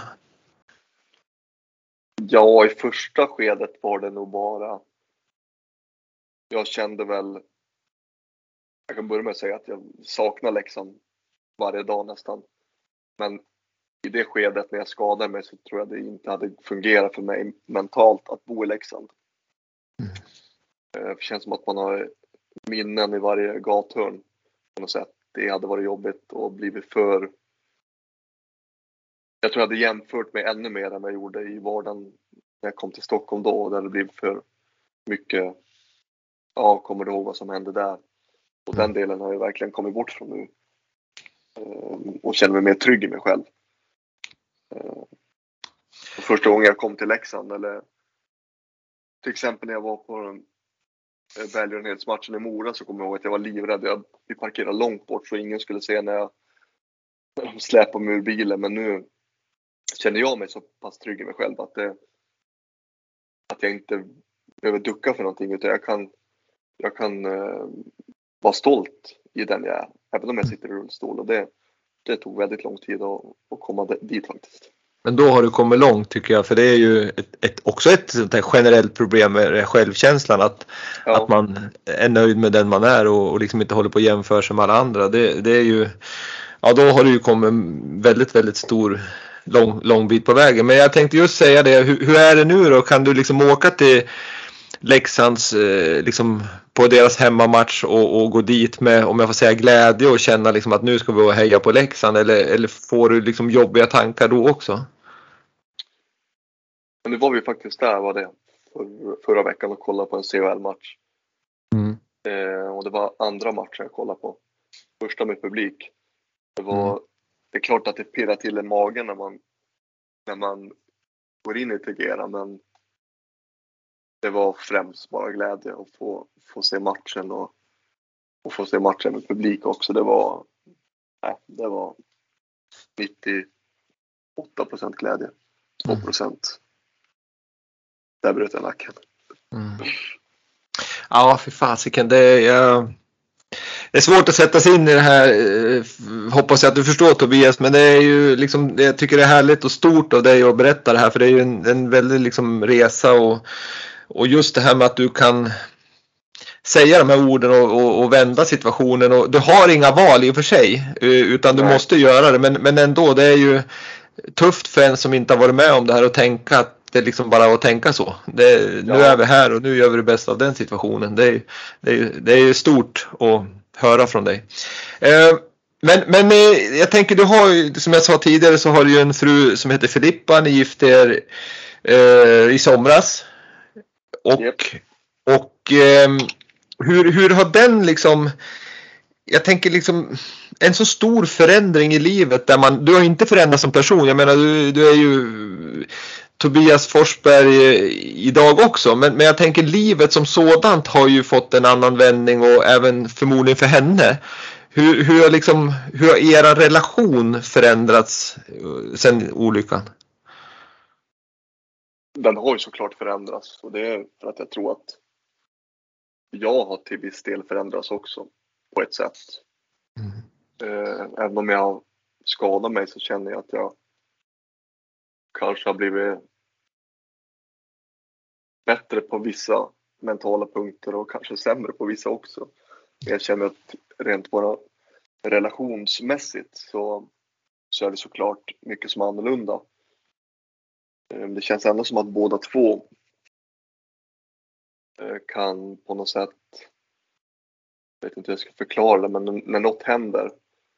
Ja, i första skedet var det nog bara, jag kände väl, jag kan börja med att säga att jag saknar Leksand varje dag nästan. Men i det skedet när jag skadade mig så tror jag det inte hade fungerat för mig mentalt att bo i Leksand. Det känns som att man har minnen i varje gathörn på något sätt. Det hade varit jobbigt och blivit för... Jag tror jag hade jämfört mig ännu mer än jag gjorde i vardagen när jag kom till Stockholm då. Där det blev för mycket, ja, kommer du ihåg vad som hände där? Och den delen har jag verkligen kommit bort från nu. Och känner mig mer trygg i mig själv. Och första gången jag kom till Leksand, eller till exempel när jag var på välgörenhetsmatchen i Mora, så kommer jag ihåg att jag var livrädd. Vi parkerade långt bort så ingen skulle se när jag släpade mig ur bilen. Men nu känner jag mig så pass trygg i mig själv att jag inte behöver ducka för någonting, utan jag kan vara stolt i den jag är, även om jag sitter i rullstol. Och det tog väldigt lång tid att komma dit faktiskt. Men då har du kommit långt tycker jag, för det är ju också ett sånt här generellt problem med självkänslan, att man är nöjd med den man är och liksom inte håller på att jämföra sig med alla andra. Det är ju, ja, då har du ju kommit väldigt, väldigt stor lång bit på vägen. Men jag tänkte just säga det, hur är det nu då? Kan du liksom åka till Leksands liksom på deras hemmamatch och gå dit med, om jag får säga, glädje och känna liksom att nu ska vi heja på Leksand, eller får du liksom jobbiga tankar då också? Men nu var vi faktiskt där, var det förra veckan, och kollade på en CHL-match. Och det var andra matchen jag kollade på, första med publik. Det är klart att det pirrar till i magen när man går in i Tegera, men det var främst bara glädje att få se matchen och få se matchen med publik också. Det var 98% glädje, 2% där bröt jag nacken. Ja, för fasiken, det är svårt att sätta sig in i det här, hoppas jag att du förstår Tobias, men det är ju liksom, jag tycker det är härligt och stort av dig att berätta det här, för det är ju en väldigt liksom resa, och just det här med att du kan säga de här orden och vända situationen, och du har inga val i och för sig, utan du måste göra det, men ändå, det är ju tufft för en som inte har varit med om det här och tänka att det är liksom bara att tänka så. Nu är vi här och nu gör vi det bästa av den situationen. Det är ju stort att höra från dig. Men jag tänker, du har ju, som jag sa tidigare, så har du ju en fru som heter Filippa. Ni gifte er i somras. Och hur har den liksom, jag tänker liksom, en så stor förändring i livet där du har inte förändrats som person. Jag menar, du är ju Tobias Forsberg idag också, men jag tänker livet som sådant har ju fått en annan vändning, och även förmodligen för henne. Hur har era relation förändrats sen olyckan? Den har ju såklart förändrats, och det är för att jag tror att jag har till viss del förändrats också på ett sätt. Även om jag har skadat mig så känner jag att jag kanske har blivit bättre på vissa mentala punkter och kanske sämre på vissa också. Jag känner att rent bara relationsmässigt så är det såklart mycket som är annorlunda. Det känns ändå som att båda två kan på något sätt vet inte hur jag ska förklara det, men när något händer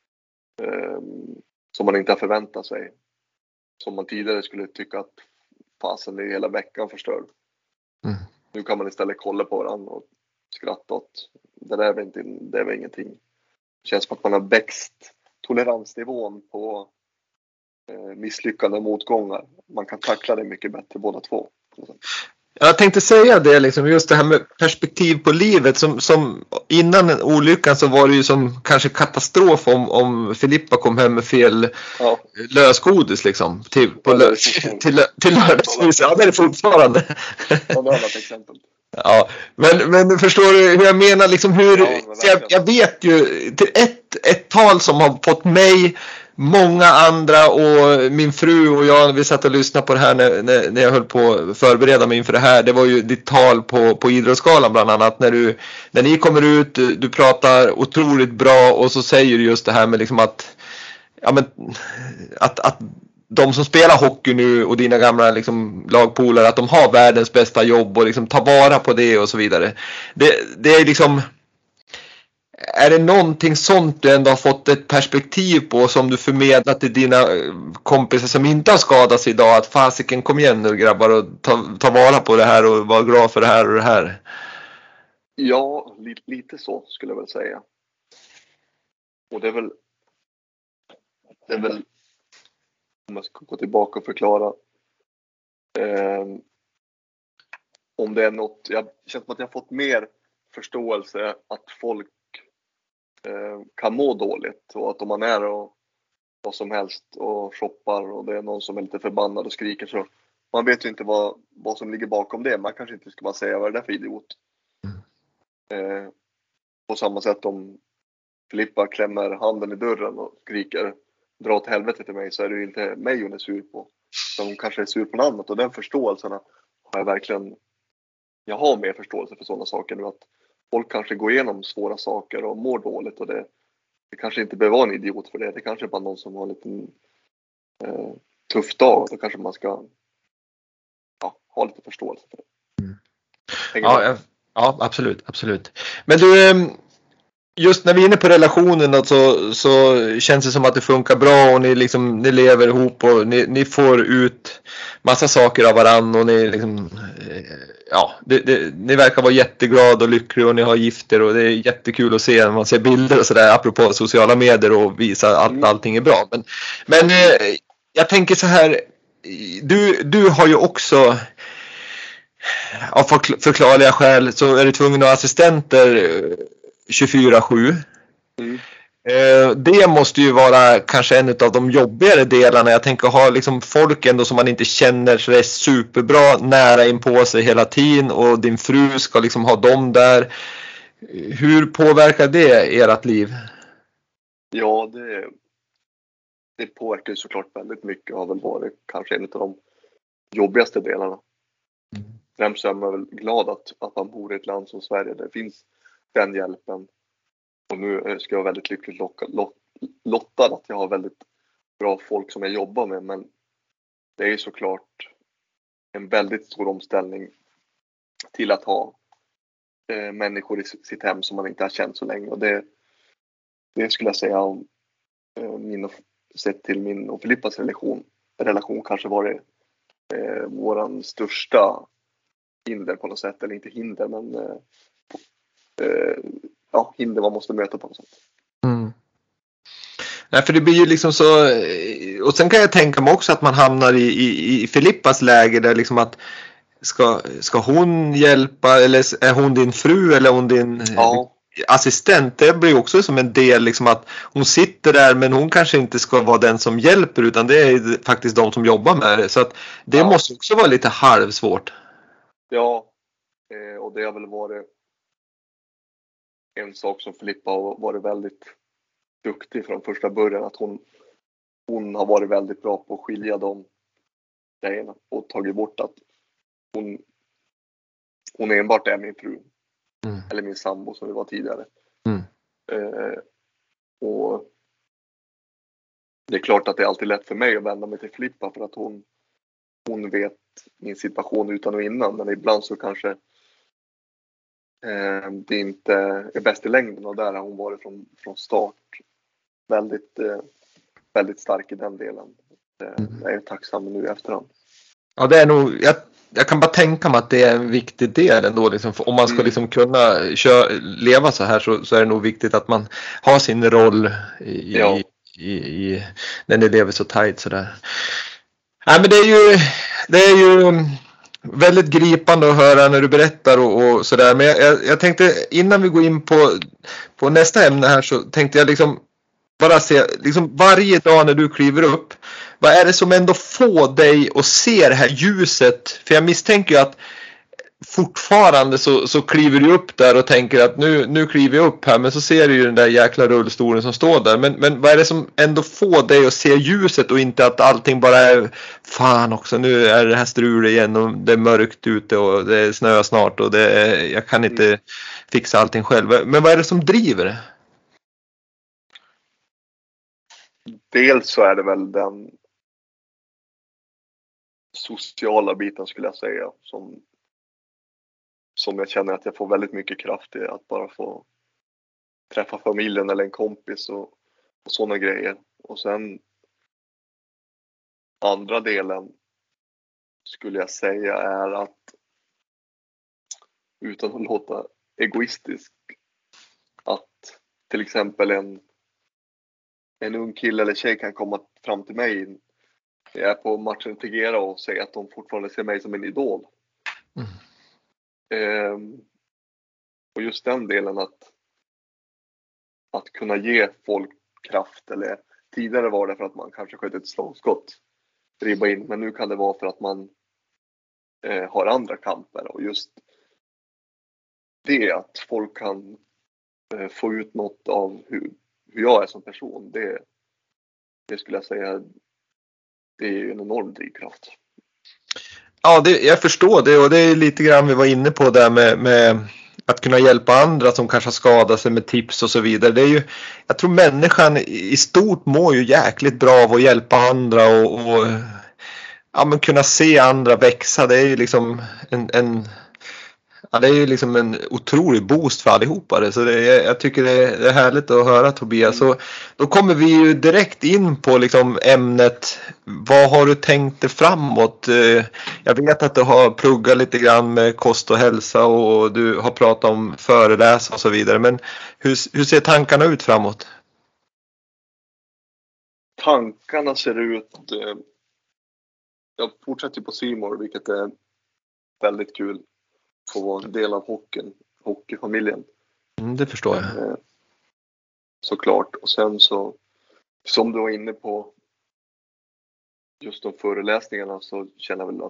som man inte har förväntat sig, som man tidigare skulle tycka att fasen är hela veckan förstörd. Nu kan man istället kolla på varandra och skratta åt det där är väl ingenting. Det känns som att man har växt toleransnivån på misslyckande och motgångar. Man kan tackla det mycket bättre båda två. Jag tänkte säga det liksom, just det här med perspektiv på livet som innan olyckan så var det ju som kanske katastrof om Filippa kom hem med fel lösgodis liksom till lördagsmys. Ja, det är det fortfarande. Ja, det har varit exempel. Ja, men förstår du hur jag menar liksom jag vet ju till ett tal som har fått mig, många andra och min fru och jag, vi satt och lyssnade på det här när jag höll på att förbereda mig inför det här. Det var ju ditt tal på Idrottsgalan bland annat, när ni kommer ut, du pratar otroligt bra och så säger du just det här med liksom att de som spelar hockey nu och dina gamla liksom lagpolare, att de har världens bästa jobb och liksom ta vara på det och så vidare. Det är liksom, är det någonting sånt du ändå har fått ett perspektiv på som du förmedlar till dina kompisar som inte har skadats idag, att fasiken, kom igen nu grabbar och ta vara på det här och vara glad för det här och det här? Ja, lite så skulle jag väl säga. Och det är väl om jag ska gå tillbaka och förklara om det är något, jag känner som att jag har fått mer förståelse att folk kan må dåligt, och att om man är och vad som helst och shoppar och det är någon som är lite förbannad och skriker, så man vet ju inte vad som ligger bakom det. Man kanske inte ska bara säga vad det är för idiot. På samma sätt om Filippa klämmer handen i dörren och skriker dra åt helvete till mig, så är det ju inte mig hon är sur på, så hon kanske är sur på något annat. Och den förståelsen har jag verkligen, jag har mer förståelse för sådana saker nu, att folk kanske går igenom svåra saker och mår dåligt, och det kanske inte behöver vara en idiot för det. Det kanske är bara någon som har en liten tuff dag. Då kanske man ska ha lite förståelse för det. Ja, absolut. Men du, just när vi är inne på relationen så känns det som att det funkar bra och ni lever ihop och ni får ut massa saker av varann och ni liksom, ni verkar vara jätteglada och lyckliga och ni har gifter och det är jättekul att se när man ser bilder och sådär apropå sociala medier och visa att allting är bra. Men jag tänker så här, du har ju också av förklarliga skäl så är du tvungen att ha assistenter 24/7. Det måste ju vara kanske en av de jobbigare delarna. Jag tänker ha liksom folk ändå som man inte känner så det är superbra nära in på sig hela tiden, och din fru ska liksom ha dem där. Hur påverkar det ert liv? Ja, det påverkar ju såklart väldigt mycket. Har väl varit kanske en av de jobbigaste delarna. Främst är man väl glad att man bor i ett land som Sverige. Det finns den hjälpen. Och nu ska jag vara väldigt lyckligt lottad att jag har väldigt bra folk som jag jobbar med. Men det är ju såklart en väldigt stor omställning till att ha människor i sitt hem som man inte har känt så länge. Och det skulle jag säga om sett till min och Filippas relation kanske var det våran största hinder på något sätt. Eller inte hinder, men hinder man måste möta på något sätt. Nej, för det blir ju liksom så, och sen kan jag tänka mig också att man hamnar i Filippas läge där liksom att ska hon hjälpa, eller är hon din fru eller är hon din assistent? Det blir också som en del liksom att hon sitter där men hon kanske inte ska vara den som hjälper, utan det är faktiskt de som jobbar med det, så att det måste också vara lite halvsvårt. Ja, och det har väl varit en sak som Filippa har varit väldigt duktig från första början, att hon har varit väldigt bra på att skilja de grejerna och tagit bort att hon enbart är min fru eller min sambo som det var tidigare. Och det är klart att det är alltid lätt för mig att vända mig till Filippa för att hon vet min situation utan och innan, men ibland så kanske det inte är bäst i längden, och där har hon varit från start väldigt, väldigt stark i den delen. Jag är tacksam nu i efterhand. Ja, det är nog, jag kan bara tänka mig att det är en viktig del ändå. Liksom, om man ska liksom kunna leva så här så är det nog viktigt att man har sin roll när ni lever så tajt sådär. Nej, men det är ju väldigt gripande att höra när du berättar och sådär. Men jag tänkte innan vi går in på nästa ämne här, så tänkte jag liksom bara se liksom varje dag när du kliver upp, vad är det som ändå får dig att se det här ljuset? För jag misstänker ju att fortfarande så kliver du upp där och tänker att nu kliver jag upp här, men så ser du ju den där jäkla rullstolen som står där. Men vad är det som ändå får dig att se ljuset och inte att allting bara är fan också, nu är det här strul igen och det är mörkt ute och det är snö snart och jag kan inte fixa allting själv. Men vad är det som driver det? Dels så är det väl den sociala biten, skulle jag säga, som jag känner att jag får väldigt mycket kraft i, att bara få träffa familjen eller en kompis och sådana grejer. Och sen andra delen skulle jag säga är att, utan att låta egoistisk, att till exempel en ung kille eller tjej kan komma fram till mig. Jag är på matchen Tegera och säga att de fortfarande ser mig som en idol. Och just den delen att kunna ge folk kraft, eller tidigare var det för att man kanske sköt ett slagskott, ribba in, men nu kan det vara för att man har andra kamper, och just det att folk kan få ut något av hur jag är som person, det skulle jag säga, det är ju en enorm drivkraft. Ja, jag förstår det, och det är lite grann vi var inne på där med att kunna hjälpa andra som kanske har skadat sig, med tips och så vidare. Det är ju, jag tror människan i stort mår ju jäkligt bra av att hjälpa andra och ja, men kunna se andra växa. Det är ju liksom det är ju liksom en otrolig boost för allihopa. Så jag tycker det är härligt att höra, Tobias. Så då kommer vi ju direkt in på liksom ämnet. Vad har du tänkt dig framåt? Jag vet att du har pluggat lite grann med kost och hälsa och du har pratat om föreläsa och så vidare. Men hur ser tankarna ut framåt? Tankarna ser ut... Jag fortsätter på C More, vilket är väldigt kul. Få vara en del av hockeyfamiljen. Det förstår jag. Såklart. Och sen så, som du var inne på, just de föreläsningarna, så känner jag väl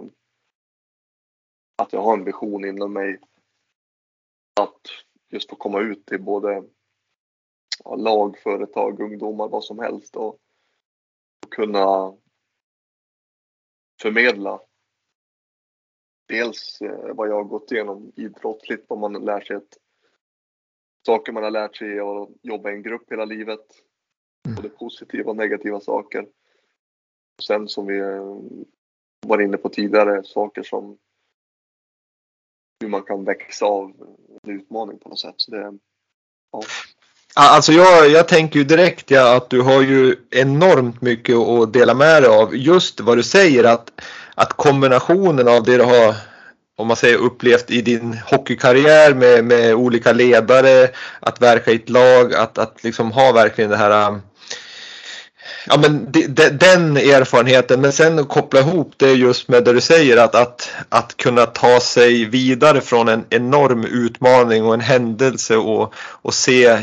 att jag har en vision inom mig att just få komma ut till både lag, företag, ungdomar, vad som helst, och kunna förmedla dels vad jag har gått igenom idrottsligt, vad man lär sig, saker man har lärt sig att jobba i en grupp hela livet, både positiva och negativa saker. Och sen, som vi var inne på tidigare, saker som hur man kan växa av en utmaning på något sätt. Så det, ja. Alltså jag tänker ju direkt att du har ju enormt mycket att dela med dig av. Just vad du säger, att kombinationen av det du har, om man säger, upplevt i din hockeykarriär med olika ledare, att verka i ett lag, att liksom ha verkligen det här, ja, men den erfarenheten, men sen koppla ihop det just med det du säger, att kunna ta sig vidare från en enorm utmaning och en händelse och se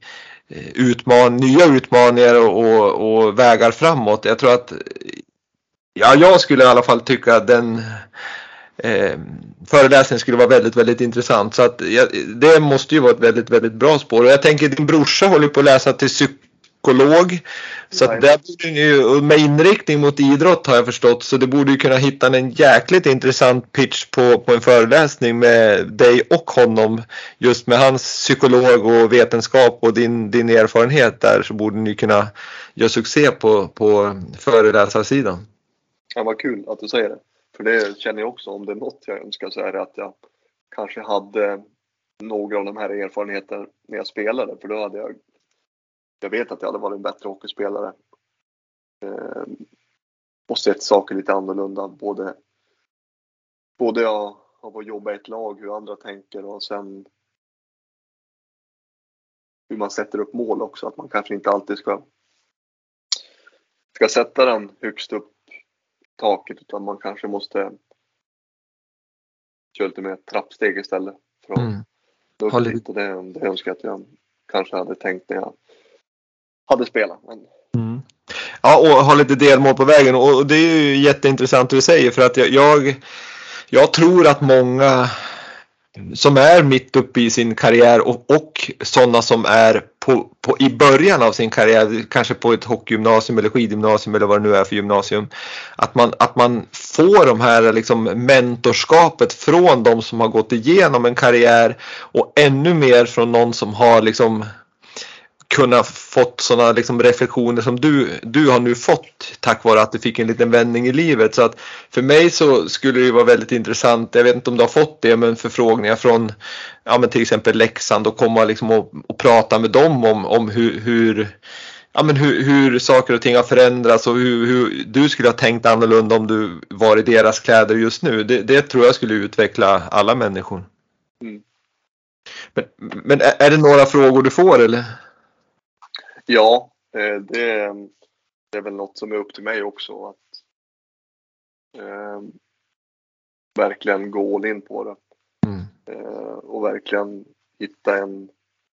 nya utmaningar och vägar framåt. Jag tror att jag skulle i alla fall tycka att den föreläsningen skulle vara väldigt, väldigt intressant. Så att det måste ju vara ett väldigt, väldigt bra spår. Och jag tänker, din brorsa håller på att läsa till psykolog. Så att där borde ni ju, med inriktning mot idrott har jag förstått, så det borde ju kunna hitta en jäkligt intressant pitch på en föreläsning med dig och honom, just med hans psykolog och vetenskap och din erfarenhet där, så borde ni kunna göra succé på föreläsarsidan. Ja, vad kul att du säger det. För det känner jag också, om det är något jag önskar, så är det att jag kanske hade några av de här erfarenheterna när jag spelade. För då hade jag vet att jag hade varit en bättre hockeyspelare. Och sett saker lite annorlunda. Både jag har jobbat i ett lag, hur andra tänker, och sen hur man sätter upp mål också. Att man kanske inte alltid ska sätta den högst upp taket, utan man kanske måste köra lite mer trappsteg istället för att nå upp dit. Och det önskar jag att jag kanske hade tänkt när jag hade spelat. Men... Ja, och ha lite delmål på vägen, och det är ju jätteintressant det du säger, för att jag tror att många som är mitt uppe i sin karriär och sådana som är i början av sin karriär, kanske på ett hockeygymnasium eller skidgymnasium eller vad det nu är för gymnasium, att man får de här liksom mentorskapet från de som har gått igenom en karriär, och ännu mer från någon som har liksom kunna fått sådana liksom reflektioner som du har nu fått tack vare att du fick en liten vändning i livet. Så att för mig så skulle det vara väldigt intressant, jag vet inte om du har fått det, men förfrågningar från men till exempel Leksand, och komma liksom och prata med dem om hur saker och ting har förändrats, och hur du skulle ha tänkt annorlunda om du var i deras kläder just nu. Det tror jag skulle utveckla alla människor. Men är det några frågor du får, eller? Ja, det är väl något som är upp till mig också, att verkligen gå all in på det. Och verkligen hitta en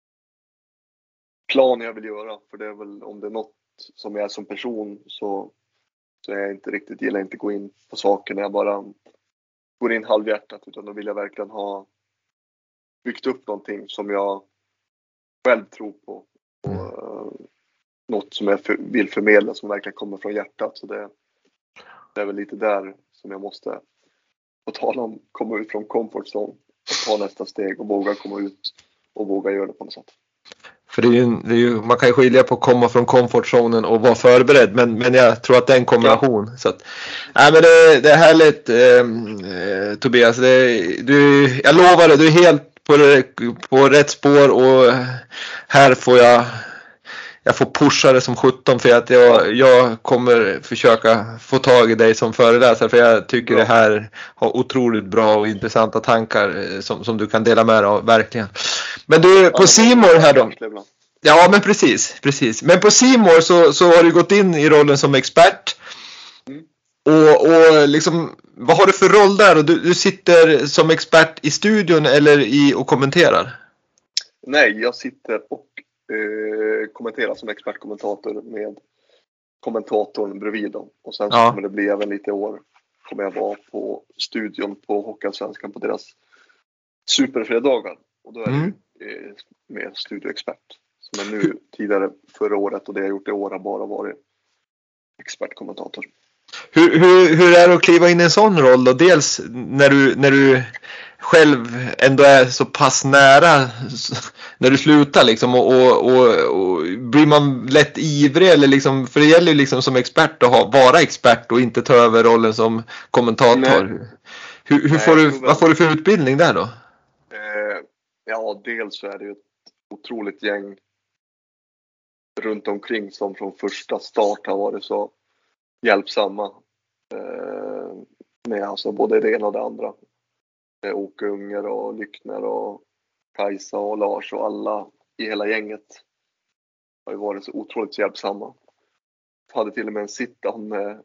plan jag vill göra. För det är väl, om det är något som jag är som person, så är jag inte riktigt, gillar inte gå in på saker när jag bara går in halvhjärtat, utan då vill jag verkligen ha byggt upp någonting som jag själv tror på. Och något som jag vill förmedla som verkligen kommer från hjärtat. Så det är väl lite där som jag måste, på tal om komma ut från comfort zone, och ta nästa steg och våga komma ut och våga göra det på något sätt. För det är ju, man kan ju skilja på att komma från comfortzonen och vara förberedd, men jag tror att det är en kombination. Ja. Så att, men det är härligt, Tobias. Jag lovar det, du är helt på rätt spår, och här får jag får pusha det som 17, för att jag kommer försöka få tag i dig som föreläsare, för jag tycker det här har otroligt bra och intressanta tankar som du kan dela med dig av, verkligen. Men du, på C-more här då. Ja, men precis. Men på C-more så har du gått in i rollen som expert. Och liksom, vad har du för roll där? Och du sitter som expert i studion eller och kommenterar? Nej, jag sitter och kommenterar som expertkommentator med kommentatorn bredvid dem. Och sen så kommer det bli även lite år, kommer jag vara på studion på Hockeyallsvenskan på deras superfredagar. Och då är det med studioexpert. Som är nu tidigare förra året, och det jag gjort i år har bara varit expertkommentator. Hur är det att kliva in i en sån roll då? Dels när du själv ändå är så pass nära när du slutar liksom, och blir man lätt ivrig, eller liksom, för det gäller ju liksom som expert att vara expert och inte ta över rollen som kommentator. Vad får du för utbildning där då? Ja, dels så är det ju ett otroligt gäng runt omkring som från första start har varit så hjälpsamma med alltså både det ena och det andra. Åke Unger och Lyckner och Kajsa och Lars och alla i hela gänget har ju varit så otroligt hjälpsamma. Jag hade till och med en sit-down med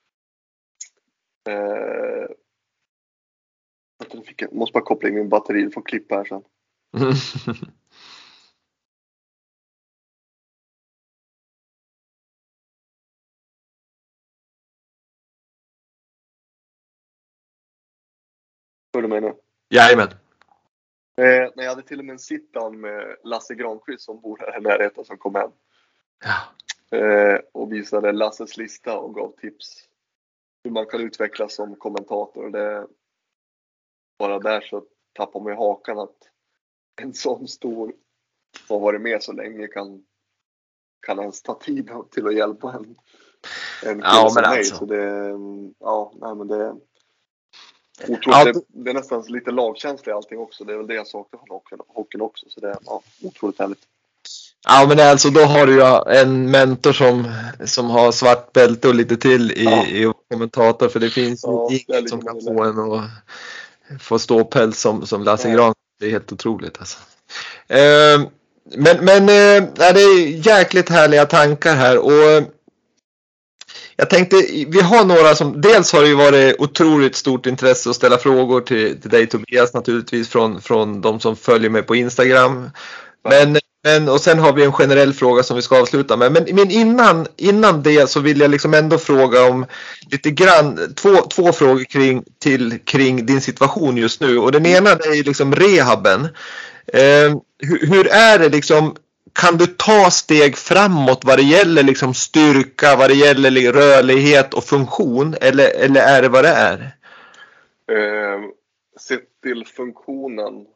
jag måste bara koppla in min batteri för att klippa här sen. Hör du mig nu? Jajamän. Jag hade till och med en sit-down med Lasse Granqvist som bor här i närheten, som kom hem. Ja. Och visade Lasses lista och gav tips hur man kan utvecklas som kommentator. Bara där så tappar man i hakan att en sån stor har varit med så länge kan ens ta tid till att hjälpa en kille som mig. Så Otroligt, det är nästan lite lagkänsla i allting också. Det är väl det jag saknar från hockeyn också. Så det är otroligt härligt. Ja, men alltså då har du ju en mentor som har svart bälte och lite till i kommentator. För det finns inget som kan få en att få ståpäls som Lasse Gran. Det är helt otroligt alltså. Men det är jäkligt härliga tankar här. Och jag tänkte, vi har några som, dels har det ju varit otroligt stort intresse att ställa frågor till dig Tobias naturligtvis från de som följer mig på Instagram. Men och sen har vi en generell fråga som vi ska avsluta med. Men innan det så vill jag liksom ändå fråga om lite grann, två frågor kring din situation just nu. Och den ena är ju liksom rehaben. Hur är det liksom? Kan du ta steg framåt vad det gäller liksom styrka, vad det gäller rörlighet och funktion? Eller är det vad det är? Sett till funktionen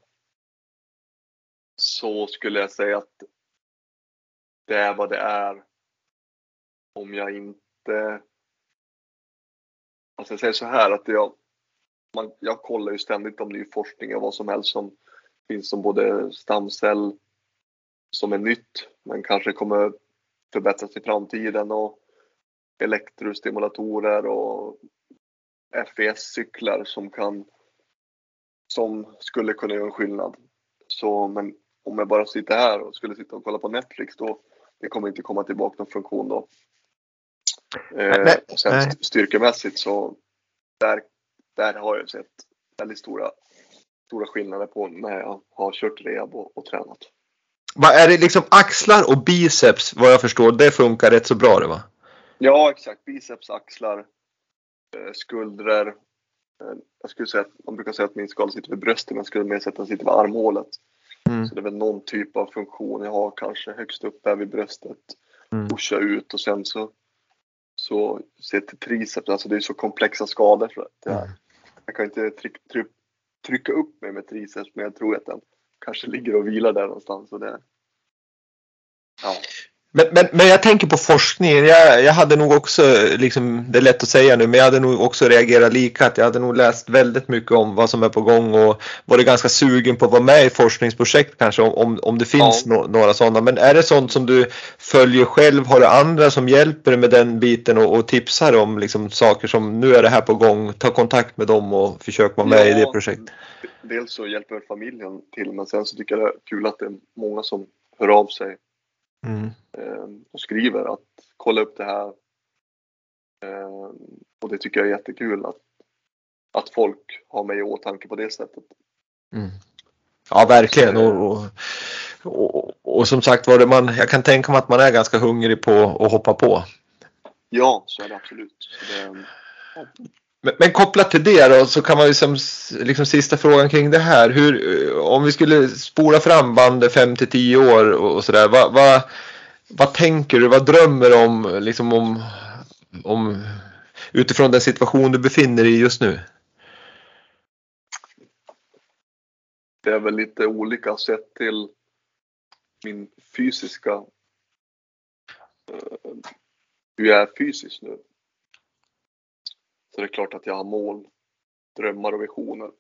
så skulle jag säga att det är vad det är. Om jag inte... Alltså jag säger så här att jag kollar ju ständigt om det är forskning och vad som helst som finns som både stamcell som är nytt men kanske kommer förbättras i framtiden och elektrostimulatorer och FES-cyklar som skulle kunna göra en skillnad. Så, men om jag bara sitter här och skulle sitta och kolla på Netflix då det kommer inte komma tillbaka någon funktion då. Och sen styrkemässigt så där har jag sett väldigt stora skillnader på när jag har kört rehab och tränat. Vad är det liksom axlar och biceps vad jag förstår, det funkar rätt så bra det va? Ja exakt, biceps, axlar, skuldror. Jag skulle säga att man brukar säga att min skala sitter vid bröstet men jag skulle mer säga att den sitter vid armhålet. Så det är väl någon typ av funktion jag har kanske högst upp där vid bröstet. Pusha ut och sen så se till triceps. Alltså det är så komplexa skador för att jag kan inte trycka upp mig med triceps men jag tror att den kanske ligger och vilar där någonstans. Och det, ja. Men jag tänker på forskningen. Jag hade nog också, liksom, det är lätt att säga nu, men jag hade nog också reagerat lika. Att jag hade nog läst väldigt mycket om vad som är på gång och varit ganska sugen på att vara med i forskningsprojekt kanske om det finns några sådana. Men är det sånt som du följer själv? Har du andra som hjälper dig med den biten och tipsar om liksom, saker som nu är det här på gång? Ta kontakt med dem och försök vara med i det projektet. Dels så hjälper familjen till men sen så tycker jag det är kul att det är många som hör av sig. Och skriver att kolla upp det här och det tycker jag är jättekul att folk har mig i åtanke på det sättet. Ja verkligen och som sagt var det jag kan tänka mig att man är ganska hungrig på att hoppa på. Ja så är det absolut Men kopplat till det då så kan man ju liksom sista frågan kring det här. Om vi skulle spola fram bandet 5-10 år och sådär. Vad tänker du? Vad drömmer du om, liksom om utifrån den situation du befinner dig i just nu? Det är väl lite olika sett till min fysiska hur jag är fysiskt nu. Så det är klart att jag har mål, drömmar och visioner.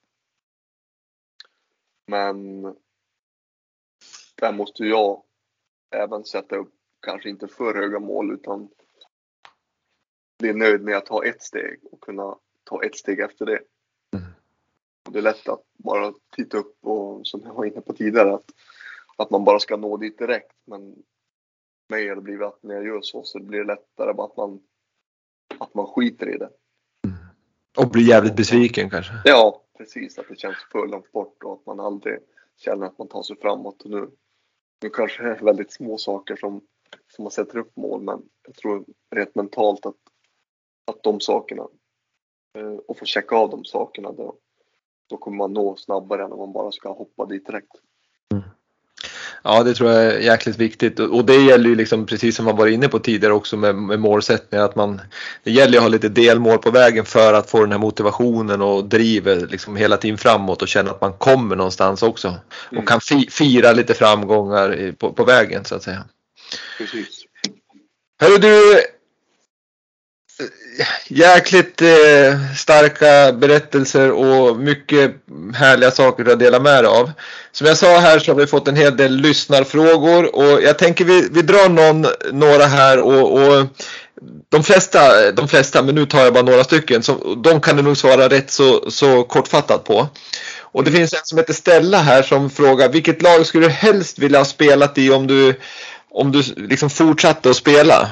Men där måste jag även sätta upp kanske inte för höga mål utan bli nöjd med att ha ett steg och kunna ta ett steg efter det. Och det är lätt att bara titta upp och som jag var inne på tidigare att man bara ska nå dit direkt. Men mig har det blivit att när jag gör så blir det lättare bara att man skiter i det. Och blir jävligt besviken kanske. Ja, precis. Att det känns för långt bort och att man aldrig känner att man tar sig framåt. Och nu kanske det är väldigt små saker som man sätter upp mål. Men jag tror rent mentalt att de sakerna och få checka av de sakerna då kommer man nå snabbare än om man bara ska hoppa dit direkt. Ja, det tror jag är jäkligt viktigt och det gäller ju liksom precis som man var inne på tidigare också med målsättningar att det gäller att ha lite delmål på vägen för att få den här motivationen och drivet liksom hela tiden framåt och känna att man kommer någonstans också och kan fira lite framgångar på vägen så att säga. Precis. Hörru du, Jäkligt starka berättelser och mycket härliga saker att dela med dig av. Som jag sa här så har vi fått en hel del lyssnarfrågor och jag tänker vi drar några här och de flesta, men nu tar jag bara några stycken, så de kan du nog svara rätt så kortfattat på. Och det finns en som heter Stella här som frågar: vilket lag skulle du helst vilja ha spelat i om du liksom fortsatte att spela?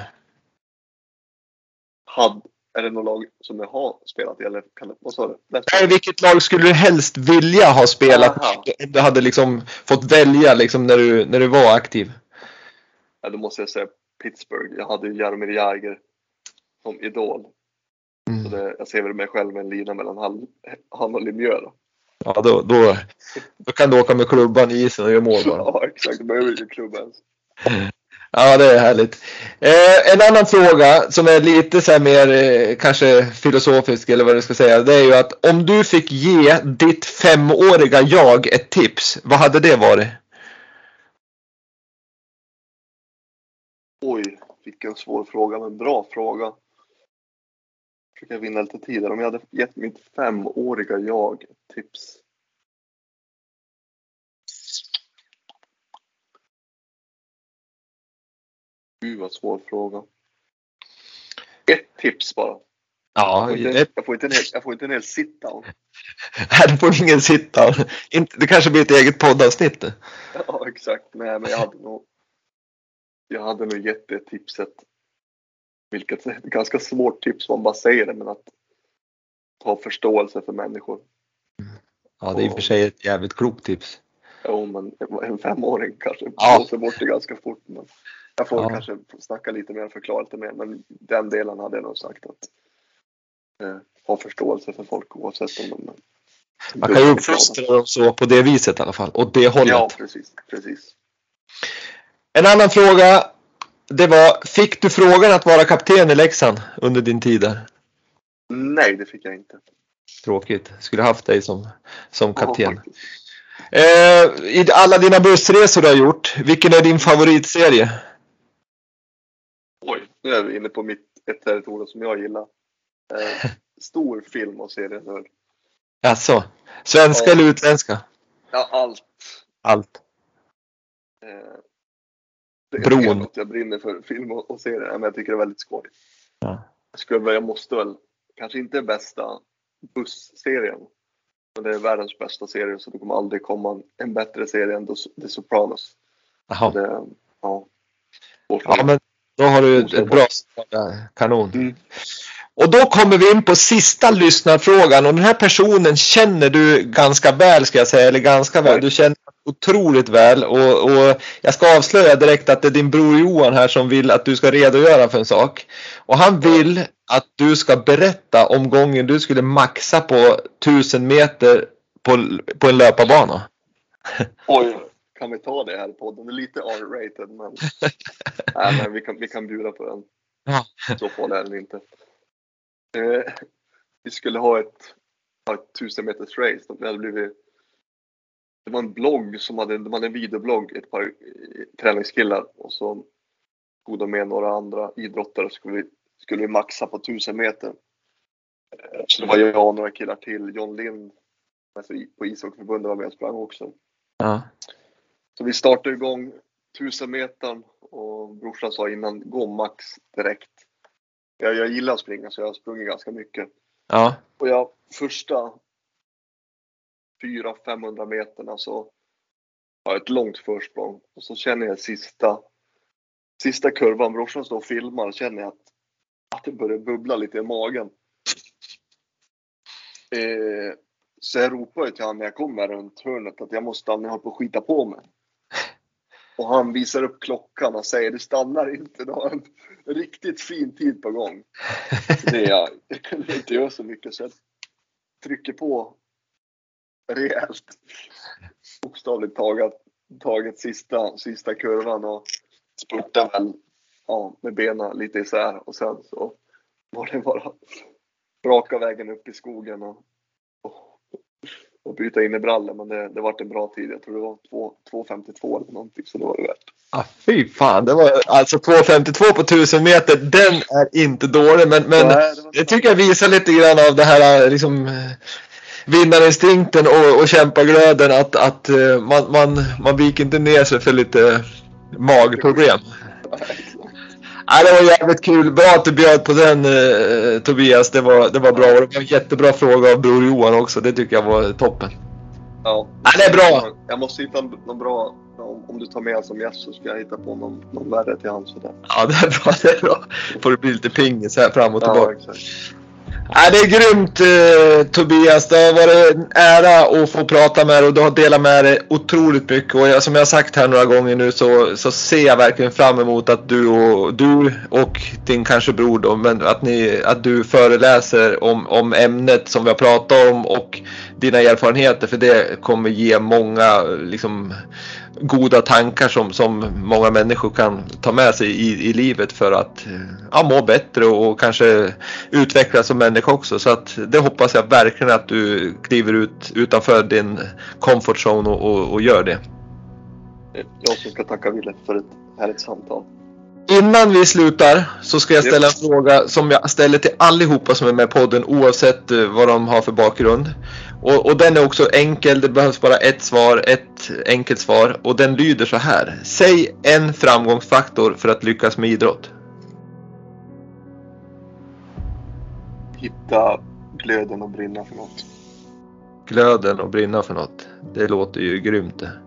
Är det någon lag som jag har spelat i, eller vad sa du? Nej, vilket lag skulle du helst vilja ha spelat om du hade liksom fått välja liksom när du var aktiv? Ja, då måste jag säga Pittsburgh. Jag hade ju Jaromir Jagr som idol. Så jag ser väl mig själv med en lina mellan han och Lemieux då. Ja, då kan du åka med klubban i isen och göra mål bara. Ja, exakt. Det behöver inte klubban. Ja, det är härligt. En annan fråga som är lite så här mer kanske filosofisk eller vad du ska säga, det är ju att om du fick ge ditt 5-åriga jag ett tips, vad hade det varit? Oj, vilken svår fråga, men bra fråga. Försöker vinna lite tid där. Om jag hade gett mitt 5-åriga jag ett tips. Gud, vad svår fråga. Ett tips bara. Ja, jag får inte en hel sit-down. Nej, du får ingen sit-down. Det kanske blir ett eget poddavsnitt. Ja, exakt. Nej, men jag hade nog gett det tipset. Vilket är ett ganska svårt tips om man bara säger det, men att ha förståelse för människor. Ja, det är i och för sig ett jävligt klokt tips. Jo, men en 5-åring kanske blåser bort det ganska fort. Men jag får kanske snacka lite mer och förklara lite mer. Men den delen hade jag nog sagt att ha förståelse för folk oavsett om de... Man kan ju uppfostra dem så på det viset i alla fall. Och det hållet. Ja, precis. En annan fråga. Det var, fick du frågan att vara kapten i Leksand under din tid där? Nej, det fick jag inte. Tråkigt. Skulle haft dig som kapten. I alla dina bussresor du har gjort, vilken är din favoritserie? Oj, nu är vi inne på ett territorium som jag gillar. Stor film och serie. Alltså, svenska eller utländska? Ja, allt. Allt. Bron. Jag brinner för film och serier, men jag tycker det är väldigt skojigt. Ja. Jag måste väl, kanske inte bästa bussserien, men det är världens bästa serie, så det kommer aldrig komma en bättre serie än The Sopranos. Jaha. Ja, men då har du ett bra kanon. Och då kommer vi in på sista lyssnarfrågan, och den här personen känner du ganska väl, ska jag säga, eller ganska väl. Du känner otroligt väl, och jag ska avslöja direkt att det är din bror Johan här som vill att du ska redogöra för en sak. Och han vill att du ska berätta om gången du skulle maxa på 1000 meter på en löparbana. Oj, kan vi ta det här på podden? Det är lite R-rated, men nej, men vi kan bjuda på den. Så får det eller inte. Vi skulle ha ett 1000 meters race. Det var en blogg de hade en videoblogg, ett par träningskillar, och så tog de med några andra idrottare, skulle vi maxa på 1000 meter. Så det var jag och några killar till. John Lind, alltså på ishockeyförbundet, var med och sprang också. Ja. Så vi startade igång 1000 meter och brorsan sa innan, gå max direkt. Jag gillar att springa, så jag har sprungit ganska mycket. Ja. Och första 400-500 meterna så har jag ett långt försprång. Och så känner jag sista kurvan, brorsan står och filmar, och känner jag att det börjar bubbla lite i magen. Så jag ropar till honom när jag kommer runt hörnet att jag måste stanna, jag håller på att skita på mig. Och han visar upp klockan och säger, det stannar inte, du har en riktigt fin tid på gång. Jag kunde inte göra så mycket, så jag trycker på rejält. Bokstavligt taget sista kurvan och spurtar väl med benen lite isär. Och sen så var det bara raka vägen upp i skogen och byta in i brallen. Men det var en bra tid. Jag tror det var 2.52 eller någonting, så det var det värt. Ah, fy fan, det var alltså 2,52 på 1000 meter. Den är inte dålig, men det tycker jag visar lite grann av det här liksom vinnarinstinkten och kämpaglöden, att man viker inte ner sig för lite magproblem. Ja, det var jävligt kul. Bra att du bjöd på den, Tobias. Det var bra. Och det var en jättebra fråga av bror Johan också. Det tycker jag var toppen. Ja, det är bra. Jag måste hitta någon bra. Om du tar med som gäst så ska jag hitta på någon värre till hans. Ja, det är bra. Får det bli lite pingis här fram och tillbaka. Ja, exakt. Ja, det är grymt, Tobias. Det har varit en ära att få prata med dig och du har delat med dig otroligt mycket. Och som jag har sagt här några gånger nu så ser jag verkligen fram emot att du och din kanske bror då, men att du föreläser om ämnet som vi har pratat om och dina erfarenheter, för det kommer ge många liksom goda tankar som många människor kan ta med sig i livet för att må bättre och kanske utvecklas som människa också. Så att det hoppas jag verkligen att du kliver ut utanför din comfort zone och gör det. Jag som ska tacka Wille för ett härligt samtal. Innan vi slutar så ska jag ställa en fråga som jag ställer till allihopa som är med i podden, oavsett vad de har för bakgrund. Och den är också enkel, det behövs bara ett enkelt svar. Och den lyder så här: säg en framgångsfaktor för att lyckas med idrott. Hitta glöden och brinna för något. Glöden och brinna för något. Det låter ju grymt det.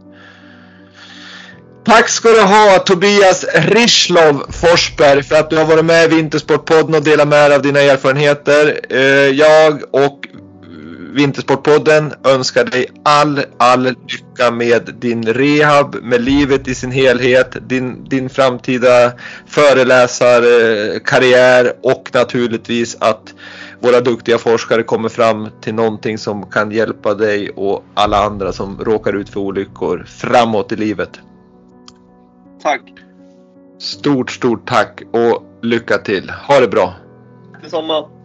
Tack ska du ha, Tobias Rislov Forsberg, för att du har varit med i Vintersportpodden och delat med dig av dina erfarenheter. Jag och Vintersportpodden önskar dig all lycka med din rehab, med livet i sin helhet, din framtida föreläsarkarriär och naturligtvis att våra duktiga forskare kommer fram till någonting som kan hjälpa dig och alla andra som råkar ut för olyckor framåt i livet. Tack. Stort tack och lycka till. Ha det bra. Detsamma.